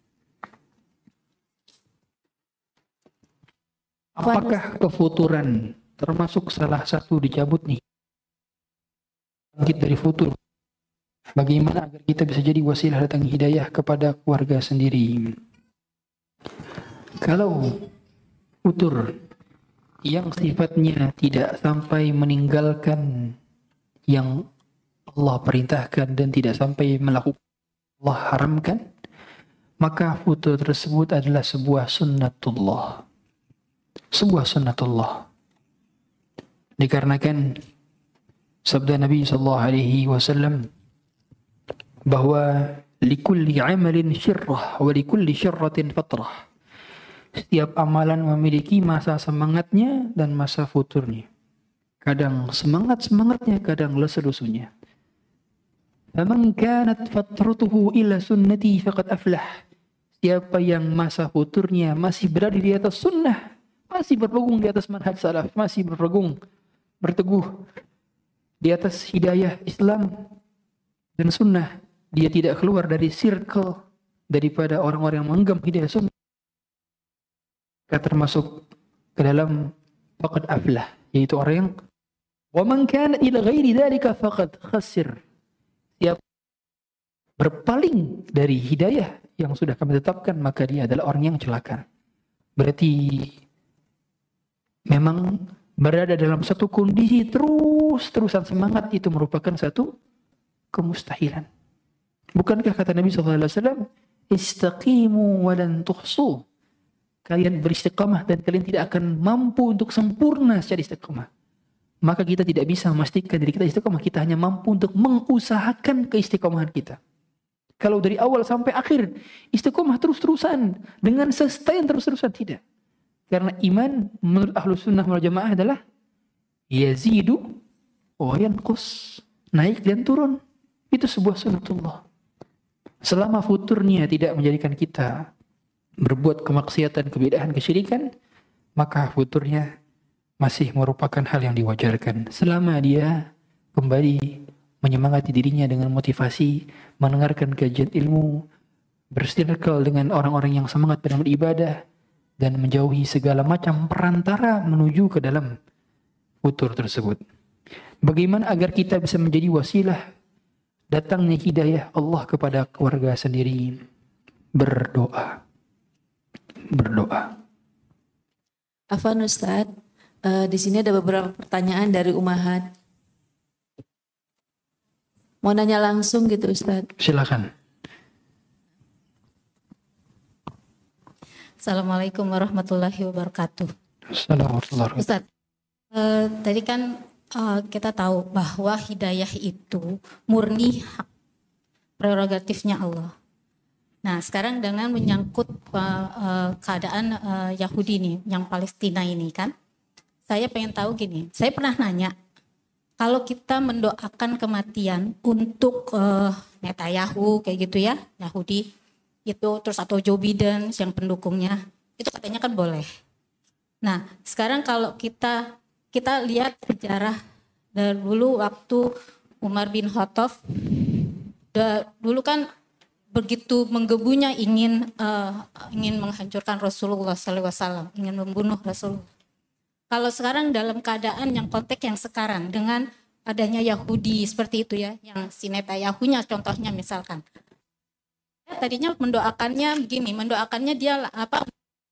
Apakah kefuturan termasuk salah satu dicabut nih? Bangkit dari futur. Bagaimana agar kita bisa jadi wasilah datang hidayah kepada keluarga sendiri? Kalau futur yang sifatnya tidak sampai meninggalkan yang Allah perintahkan dan tidak sampai melakukan Allah haramkan, maka futur tersebut adalah sebuah sunnatullah. Sebuah sunnatullah. Dikarenakan sabda Nabi SAW bahwa likulli amalin syirrah wa likulli syirratin fatrah. Setiap amalan memiliki masa semangatnya dan masa futurnya. Kadang semangat-semangatnya, kadang lesu-lesunya. Faman kanat fatratuhu ila sunnati faqad aflah. Siapa yang masa futurnya masih berada di atas sunnah, masih berpegang di atas manhaj salaf, masih berteguh di atas hidayah Islam dan sunnah, dia tidak keluar dari circle daripada orang-orang yang menggenggam hidayah sunnah, termasuk ke dalam faqad aflah, yaitu orang yang wa man kana ila ghairi dzalika faqad khasir. Siapa berpaling dari hidayah yang sudah kami tetapkan, maka dia adalah orang yang celaka. Berarti memang berada dalam satu kondisi terus-terusan semangat itu merupakan satu kemustahilan. Bukankah kata Nabi SAW, istaqimu wa lan tuhsu. Kalian beristiqamah dan kalian tidak akan mampu untuk sempurna secara istiqamah. Maka kita tidak bisa memastikan diri kita istiqamah. Kita hanya mampu untuk mengusahakan keistiqamahan kita. Kalau dari awal sampai akhir istiqamah terus-terusan dengan sustain terus-terusan, tidak. Karena iman menurut Ahlus Sunnah wal Jamaah adalah yazidu wa yanqus, naik dan turun. Itu sebuah sunnatullah. Selama futurnya tidak menjadikan kita berbuat kemaksiatan, kebid'ahan, kesyirikan, maka futurnya masih merupakan hal yang diwajarkan. Selama dia kembali menyemangati dirinya dengan motivasi, mendengarkan kajian ilmu, bersirkel dengan orang-orang yang semangat dalam beribadah, dan menjauhi segala macam perantara menuju ke dalam futur tersebut. Bagaimana agar kita bisa menjadi wasilah datangnya hidayah Allah kepada keluarga sendiri? Berdoa. Afwan Ustaz, di sini ada beberapa pertanyaan dari Umahat. Mau nanya langsung gitu Ustaz? Silakan. Assalamualaikum warahmatullahi wabarakatuh. Assalamualaikum. Ustaz, tadi kan kita tahu bahwa hidayah itu murni hak prerogatifnya Allah. Nah, sekarang dengan menyangkut keadaan Yahudi nih, yang Palestina ini kan, saya pengen tahu gini, saya pernah nanya, kalau kita mendoakan kematian untuk Netanyahu kayak gitu ya, Yahudi itu, terus atau Joe Biden yang pendukungnya, itu katanya kan boleh. Nah, sekarang kalau kita lihat sejarah dari dulu waktu Umar bin Khattab, dulu kan begitu menggebunya ingin menghancurkan Rasulullah SAW, ingin membunuh Rasulullah. Kalau sekarang dalam keadaan yang konteks yang sekarang dengan adanya Yahudi seperti itu ya, yang si Netanyahunya contohnya misalkan, tadinya mendoakannya dia apa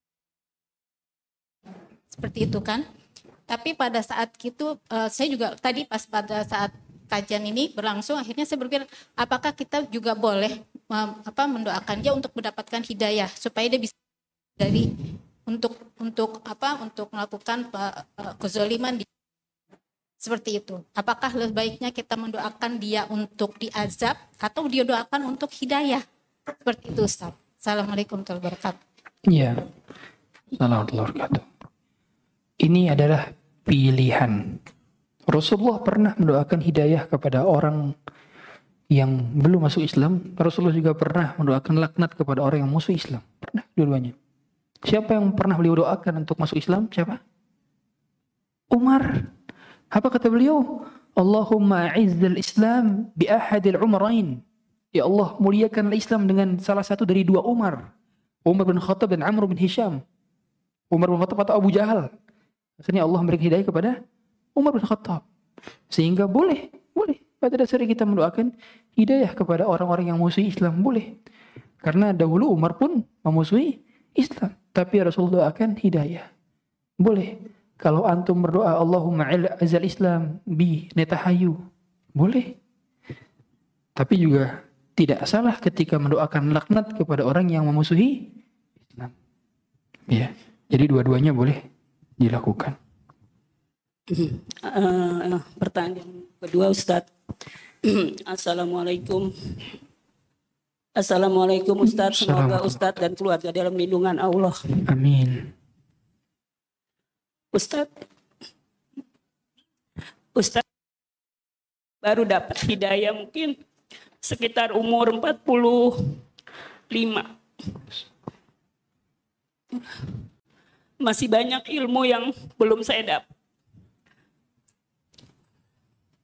seperti itu kan, tapi pada saat itu saya juga tadi pas pada saat kajian ini berlangsung, akhirnya saya berpikir apakah kita juga boleh mendoakan dia untuk mendapatkan hidayah supaya dia bisa dari untuk melakukan kezaliman seperti itu. Apakah lebih baiknya kita mendoakan dia untuk diazab atau dia doakan untuk hidayah? Seperti itu Ustaz. Assalamualaikum warahmatullahi wabarakatuh. Iya. Assalamualaikum warahmatullahi wabarakatuh. Ini adalah pilihan. Rasulullah pernah mendoakan hidayah kepada orang yang belum masuk Islam. Rasulullah juga pernah mendoakan laknat kepada orang yang musuh Islam. Pernah dua-duanya. Siapa yang pernah beliau doakan untuk masuk Islam? Siapa? Umar. Apa kata beliau? Allahumma a'izzal Islam bi ahadil umarain. Ya Allah, muliakanlah Islam dengan salah satu dari dua Umar. Umar bin Khattab dan Amr bin Hisham. Umar bin Khattab atau Abu Jahal. Akhirnya Allah memberikan hidayah kepada Umar bin Khattab. Sehingga boleh. Pada dasarnya kita mendoakan hidayah kepada orang-orang yang musuhi Islam. Boleh. Karena dahulu Umar pun memusuhi Islam. Tapi Rasulullah doakan hidayah. Boleh. Kalau antum berdoa Allahumma azal Islam bi Netanyahu. Boleh. Tapi juga tidak salah ketika mendoakan laknat kepada orang yang memusuhi Islam. Ya. Jadi dua-duanya boleh dilakukan. Pertanyaan kedua Ustadz. Assalamualaikum Ustadz. Semoga Ustadz dan keluarga dalam lindungan Allah. Amin. Ustadz baru dapat hidayah mungkin sekitar umur 45. Masih banyak ilmu yang belum saya dapat.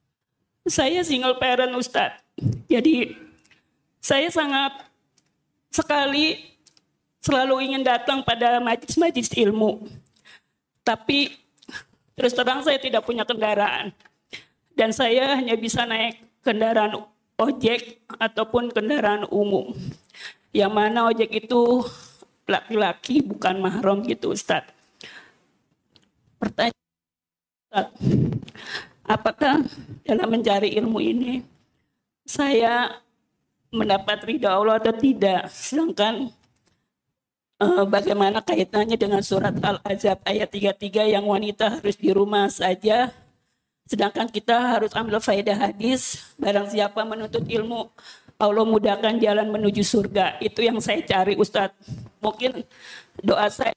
Saya single parent Ustadz. Jadi saya sekali selalu ingin datang pada majelis-majelis ilmu. Tapi terus terang saya tidak punya kendaraan. Dan saya hanya bisa naik kendaraan ojek ataupun kendaraan umum. Yang mana ojek itu laki-laki bukan mahram gitu Ustadz. Pertanyaan Ustadz, apakah dalam mencari ilmu ini saya mendapat ridha Allah atau tidak? Sedangkan bagaimana kaitannya dengan surat Al-Ahzab ayat 33 yang wanita harus di rumah saja, sedangkan kita harus ambil faedah hadis, barang siapa menuntut ilmu Allah mudahkan jalan menuju surga. Itu yang saya cari Ustadz. Mungkin doa saya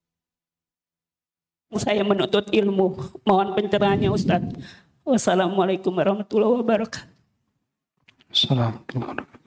menuntut ilmu. Mohon pencerahannya Ustadz. Wassalamualaikum warahmatullahi wabarakatuh. Assalamualaikum warahmatullahi wabarakatuh.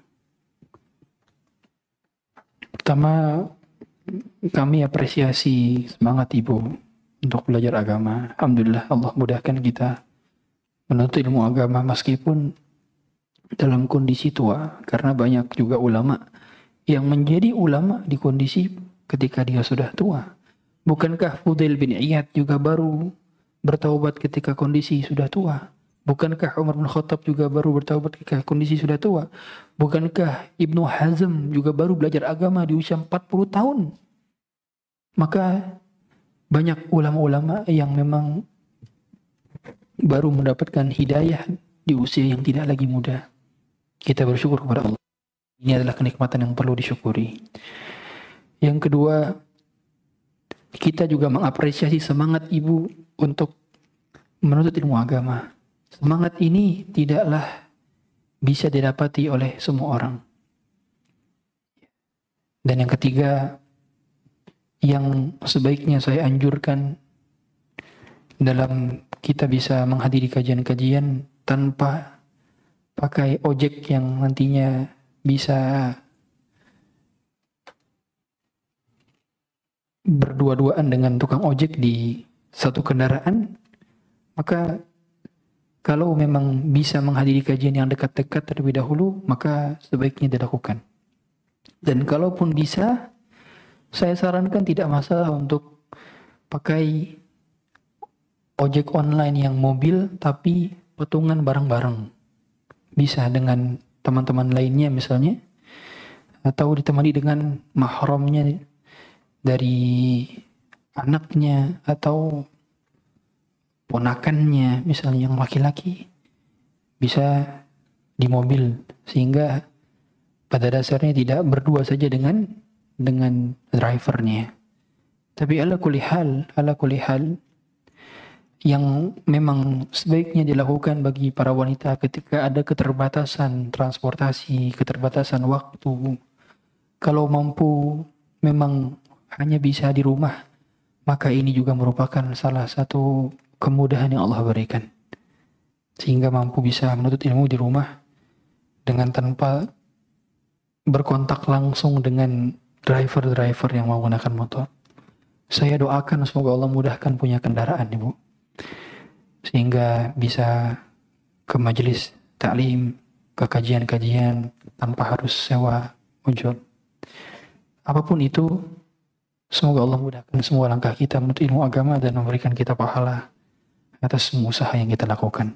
Pertama, kami apresiasi semangat Ibu untuk belajar agama. Alhamdulillah Allah mudahkan kita menuntut ilmu agama meskipun dalam kondisi tua, karena banyak juga ulama yang menjadi ulama di kondisi ketika dia sudah tua. Bukankah Fudail bin Iyad juga baru bertaubat ketika kondisi sudah tua? Bukankah Umar bin Khattab juga baru bertaubat ketika kondisi sudah tua? Bukankah Ibnu Hazm juga baru belajar agama di usia 40 tahun? Maka banyak ulama-ulama yang memang baru mendapatkan hidayah di usia yang tidak lagi muda. Kita bersyukur kepada Allah. Ini adalah kenikmatan yang perlu disyukuri. Yang kedua, kita juga mengapresiasi semangat Ibu untuk menuntut ilmu agama. Semangat ini tidaklah bisa didapati oleh semua orang. Dan yang ketiga, yang sebaiknya saya anjurkan dalam kita bisa menghadiri kajian-kajian tanpa pakai ojek yang nantinya bisa berdua-duaan dengan tukang ojek di satu kendaraan, maka kalau memang bisa menghadiri kajian yang dekat-dekat terlebih dahulu, maka sebaiknya dilakukan. Dan kalaupun bisa, saya sarankan tidak masalah untuk pakai ojek online yang mobil tapi patungan bareng-bareng. Bisa dengan teman-teman lainnya misalnya, atau ditemani dengan mahramnya dari anaknya atau ponakannya misalnya yang laki-laki, bisa di mobil, sehingga pada dasarnya tidak berdua saja dengan drivernya. Tapi ala kulli hal yang memang sebaiknya dilakukan bagi para wanita ketika ada keterbatasan transportasi, keterbatasan waktu, kalau mampu memang hanya bisa di rumah, maka ini juga merupakan salah satu kemudahan yang Allah berikan, sehingga mampu bisa menuntut ilmu di rumah dengan tanpa berkontak langsung dengan driver-driver yang menggunakan motor. Saya doakan semoga Allah mudahkan punya kendaraan, Ibu, sehingga bisa ke majelis taklim, ke kajian-kajian tanpa harus sewa ojol. Apapun itu, semoga Allah mudahkan semua langkah kita menuntut ilmu agama dan memberikan kita pahala atas semua usaha yang kita lakukan.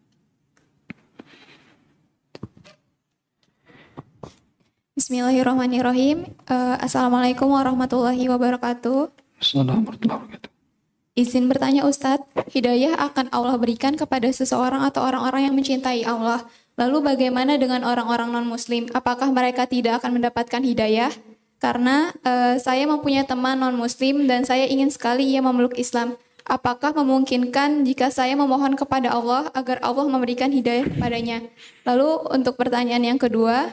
Bismillahirrahmanirrahim. Assalamualaikum warahmatullahi wabarakatuh. Assalamualaikum warahmatullahi wabarakatuh. Izin bertanya Ustadz, hidayah akan Allah berikan kepada seseorang atau orang-orang yang mencintai Allah. Lalu bagaimana dengan orang-orang non-muslim? Apakah mereka tidak akan mendapatkan hidayah? Karena saya mempunyai teman non-muslim dan saya ingin sekali ia memeluk Islam. Apakah memungkinkan jika saya memohon kepada Allah agar Allah memberikan hidayah kepadanya? Lalu untuk pertanyaan yang kedua,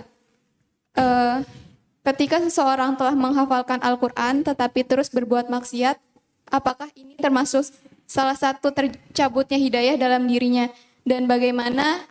ketika seseorang telah menghafalkan Al-Quran tetapi terus berbuat maksiat, apakah ini termasuk salah satu tercabutnya hidayah dalam dirinya? Dan bagaimana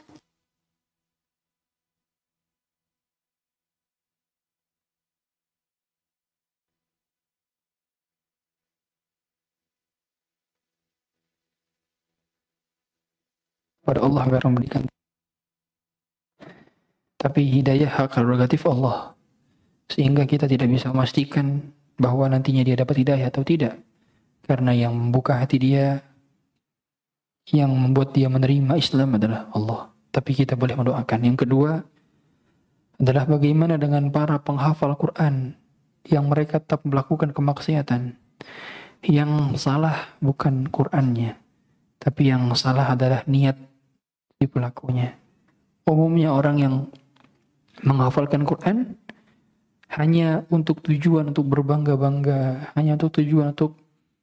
Pada Allah agar memberikan. Tapi hidayah hak prerogatif Allah. sehingga kita tidak bisa memastikan bahwa nantinya dia dapat hidayah atau tidak. Karena yang membuka hati dia, yang membuat dia menerima Islam adalah Allah. Tapi kita boleh mendoakan. Yang kedua adalah bagaimana dengan para penghafal Quran yang mereka tetap melakukan kemaksiatan. Yang salah bukan Qurannya, tapi yang salah adalah niat si pelakunya. Umumnya orang yang menghafalkan Quran hanya untuk tujuan untuk berbangga-bangga, hanya untuk tujuan untuk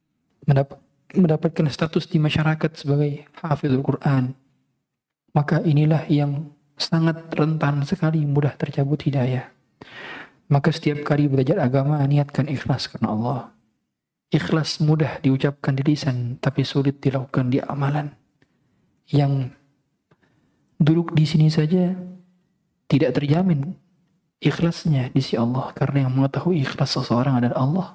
mendapatkan status di masyarakat sebagai hafizul Quran, maka inilah yang sangat rentan sekali mudah tercabut hidayah. Maka setiap kali belajar agama niatkan ikhlas karena Allah. Ikhlas mudah diucapkan di lisan tapi sulit dilakukan di amalan. Yang duduk di sini saja tidak terjamin ikhlasnya di sisi Allah, karena yang mengetahui ikhlas seseorang adalah Allah.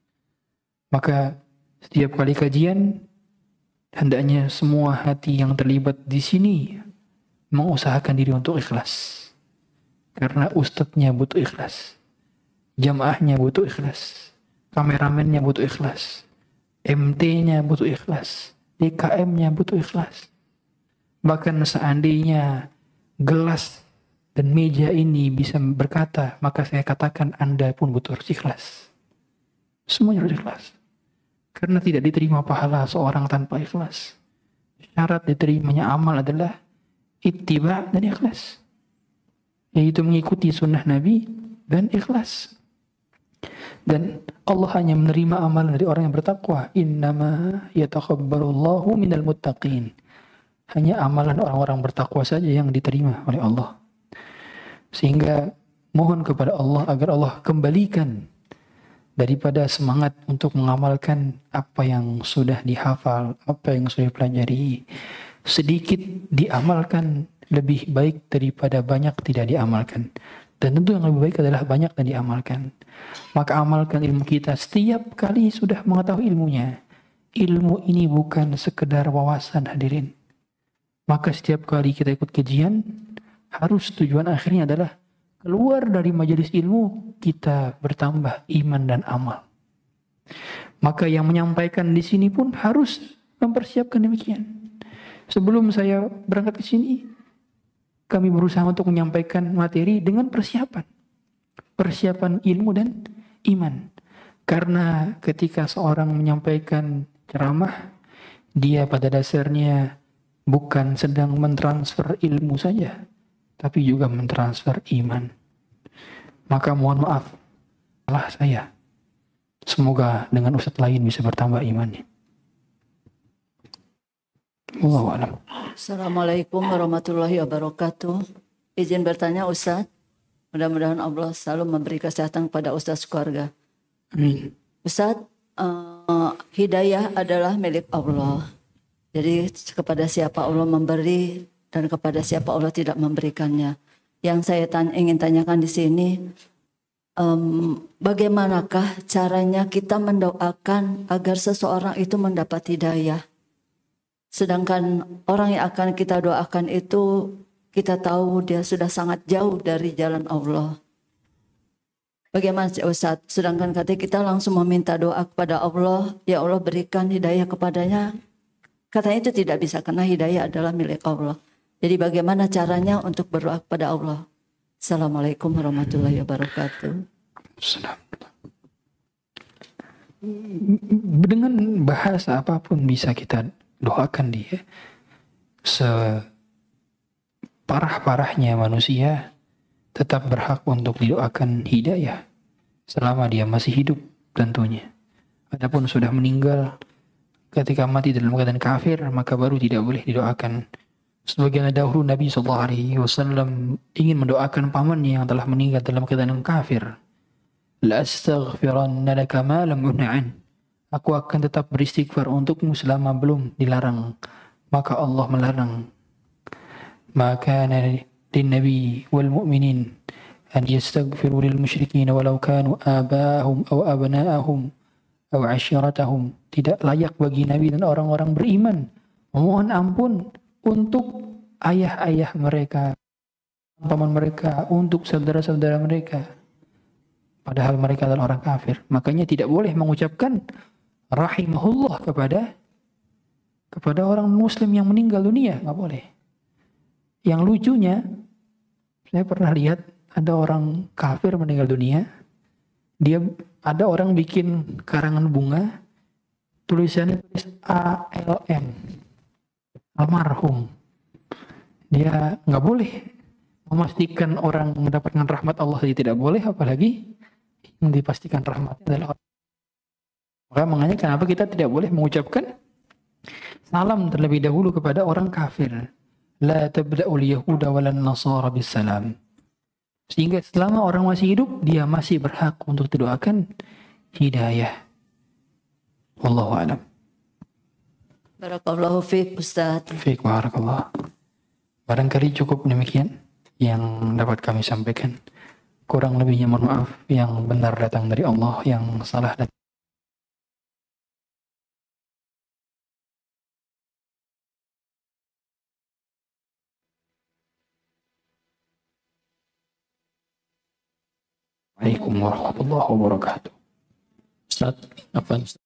Maka setiap kali kajian hendaknya semua hati yang terlibat di sini mengusahakan diri untuk ikhlas. Karena ustadznya butuh ikhlas, jamaahnya butuh ikhlas, kameramennya butuh ikhlas, MT-nya butuh ikhlas, DKM-nya butuh ikhlas. Bahkan seandainya gelas dan meja ini bisa berkata, maka saya katakan Anda pun butuh harus ikhlas. Semuanya harus ikhlas. Karena tidak diterima pahala seorang tanpa ikhlas. Syarat diterimanya amal adalah ittiba dan ikhlas, yaitu mengikuti sunnah Nabi dan ikhlas. Dan Allah hanya menerima amalan dari orang yang bertakwa. Innama yataqabbalullahu minal muttaqin. Hanya amalan orang-orang bertakwa saja yang diterima oleh Allah. Sehingga mohon kepada Allah agar Allah kembalikan daripada semangat untuk mengamalkan apa yang sudah dihafal, apa yang sudah dipelajari. Sedikit diamalkan lebih baik daripada banyak tidak diamalkan. Dan tentu yang lebih baik adalah banyak dan diamalkan. Maka amalkan ilmu kita setiap kali sudah mengetahui ilmunya. Ilmu ini bukan sekedar wawasan, hadirin. Maka setiap kali kita ikut kajian, harus tujuan akhirnya adalah keluar dari majelis ilmu, kita bertambah iman dan amal. Maka yang menyampaikan di sini pun harus mempersiapkan demikian. Sebelum saya berangkat ke sini, kami berusaha untuk menyampaikan materi dengan persiapan. Persiapan ilmu dan iman. Karena ketika seorang menyampaikan ceramah, dia pada dasarnya bukan sedang mentransfer ilmu saja, tapi juga mentransfer iman. Maka mohon maaf, salah saya. Semoga dengan ustadz lain bisa bertambah imannya. Wallahu a'lam. Assalamualaikum warahmatullahi wabarakatuh. Izin bertanya Ustadz, mudah-mudahan Allah selalu memberi kesehatan kepada Ustadz keluarga. Amin. Ustadz, hidayah adalah milik Allah. Jadi kepada siapa Allah memberi dan kepada siapa Allah tidak memberikannya. Yang saya ingin tanyakan di sini, bagaimanakah caranya kita mendoakan agar seseorang itu mendapat hidayah? Sedangkan orang yang akan kita doakan itu kita tahu dia sudah sangat jauh dari jalan Allah. Bagaimana Ustaz? Sedangkan kita langsung meminta doa kepada Allah, ya Allah berikan hidayah kepadanya. Katanya itu tidak bisa karena hidayah adalah milik Allah. Jadi bagaimana caranya untuk berdoa kepada Allah? Assalamualaikum warahmatullahi wabarakatuh. Dengan bahasa apapun bisa kita doakan dia. Separah-parahnya manusia tetap berhak untuk didoakan hidayah selama dia masih hidup tentunya. Adapun sudah meninggal, ketika mati dalam keadaan kafir, maka baru tidak boleh didoakan. Sebagaimana dahulu Nabi SAW ingin mendoakan pamannya yang telah meninggal dalam keadaan kafir. La astaghfiranna laka ma lam un'an. Aku akan tetap beristighfar untukmu selama belum dilarang. Maka Allah melarang. Maka lin nabi wal mu'minin an yastaghfiru lil musyrikin walau kanu aba'ahum aw abna'ahum aw ashiratahum. Tidak layak bagi nabi dan orang-orang beriman memohon ampun untuk ayah-ayah mereka, paman mereka, untuk saudara-saudara mereka, padahal mereka adalah orang kafir. Makanya tidak boleh mengucapkan rahimahullah kepada orang muslim yang meninggal dunia, nggak boleh. Yang lucunya, saya pernah lihat ada orang kafir meninggal dunia, ada orang bikin karangan bunga, tulisannya tulis ALM, almarhum. Dia nggak boleh memastikan orang mendapatkan rahmat Allah saja tidak boleh, apalagi yang dipastikan rahmatnya adalah Allah. Maka makanya kenapa kita tidak boleh mengucapkan salam terlebih dahulu kepada orang kafir. La tabda'ul yahuda walan nasara bisalam. Sehingga selama orang masih hidup, dia masih berhak untuk didoakan hidayah. Wallahu a'lam. Barakallahu fiik Ustaz. Fiik barakallah. Barangkali cukup demikian yang dapat kami sampaikan. Kurang lebihnya mohon maaf. Yang benar datang dari Allah, yang salah datang. Waalaikumsalam warahmatullahi wabarakatuh. Ustaz, apa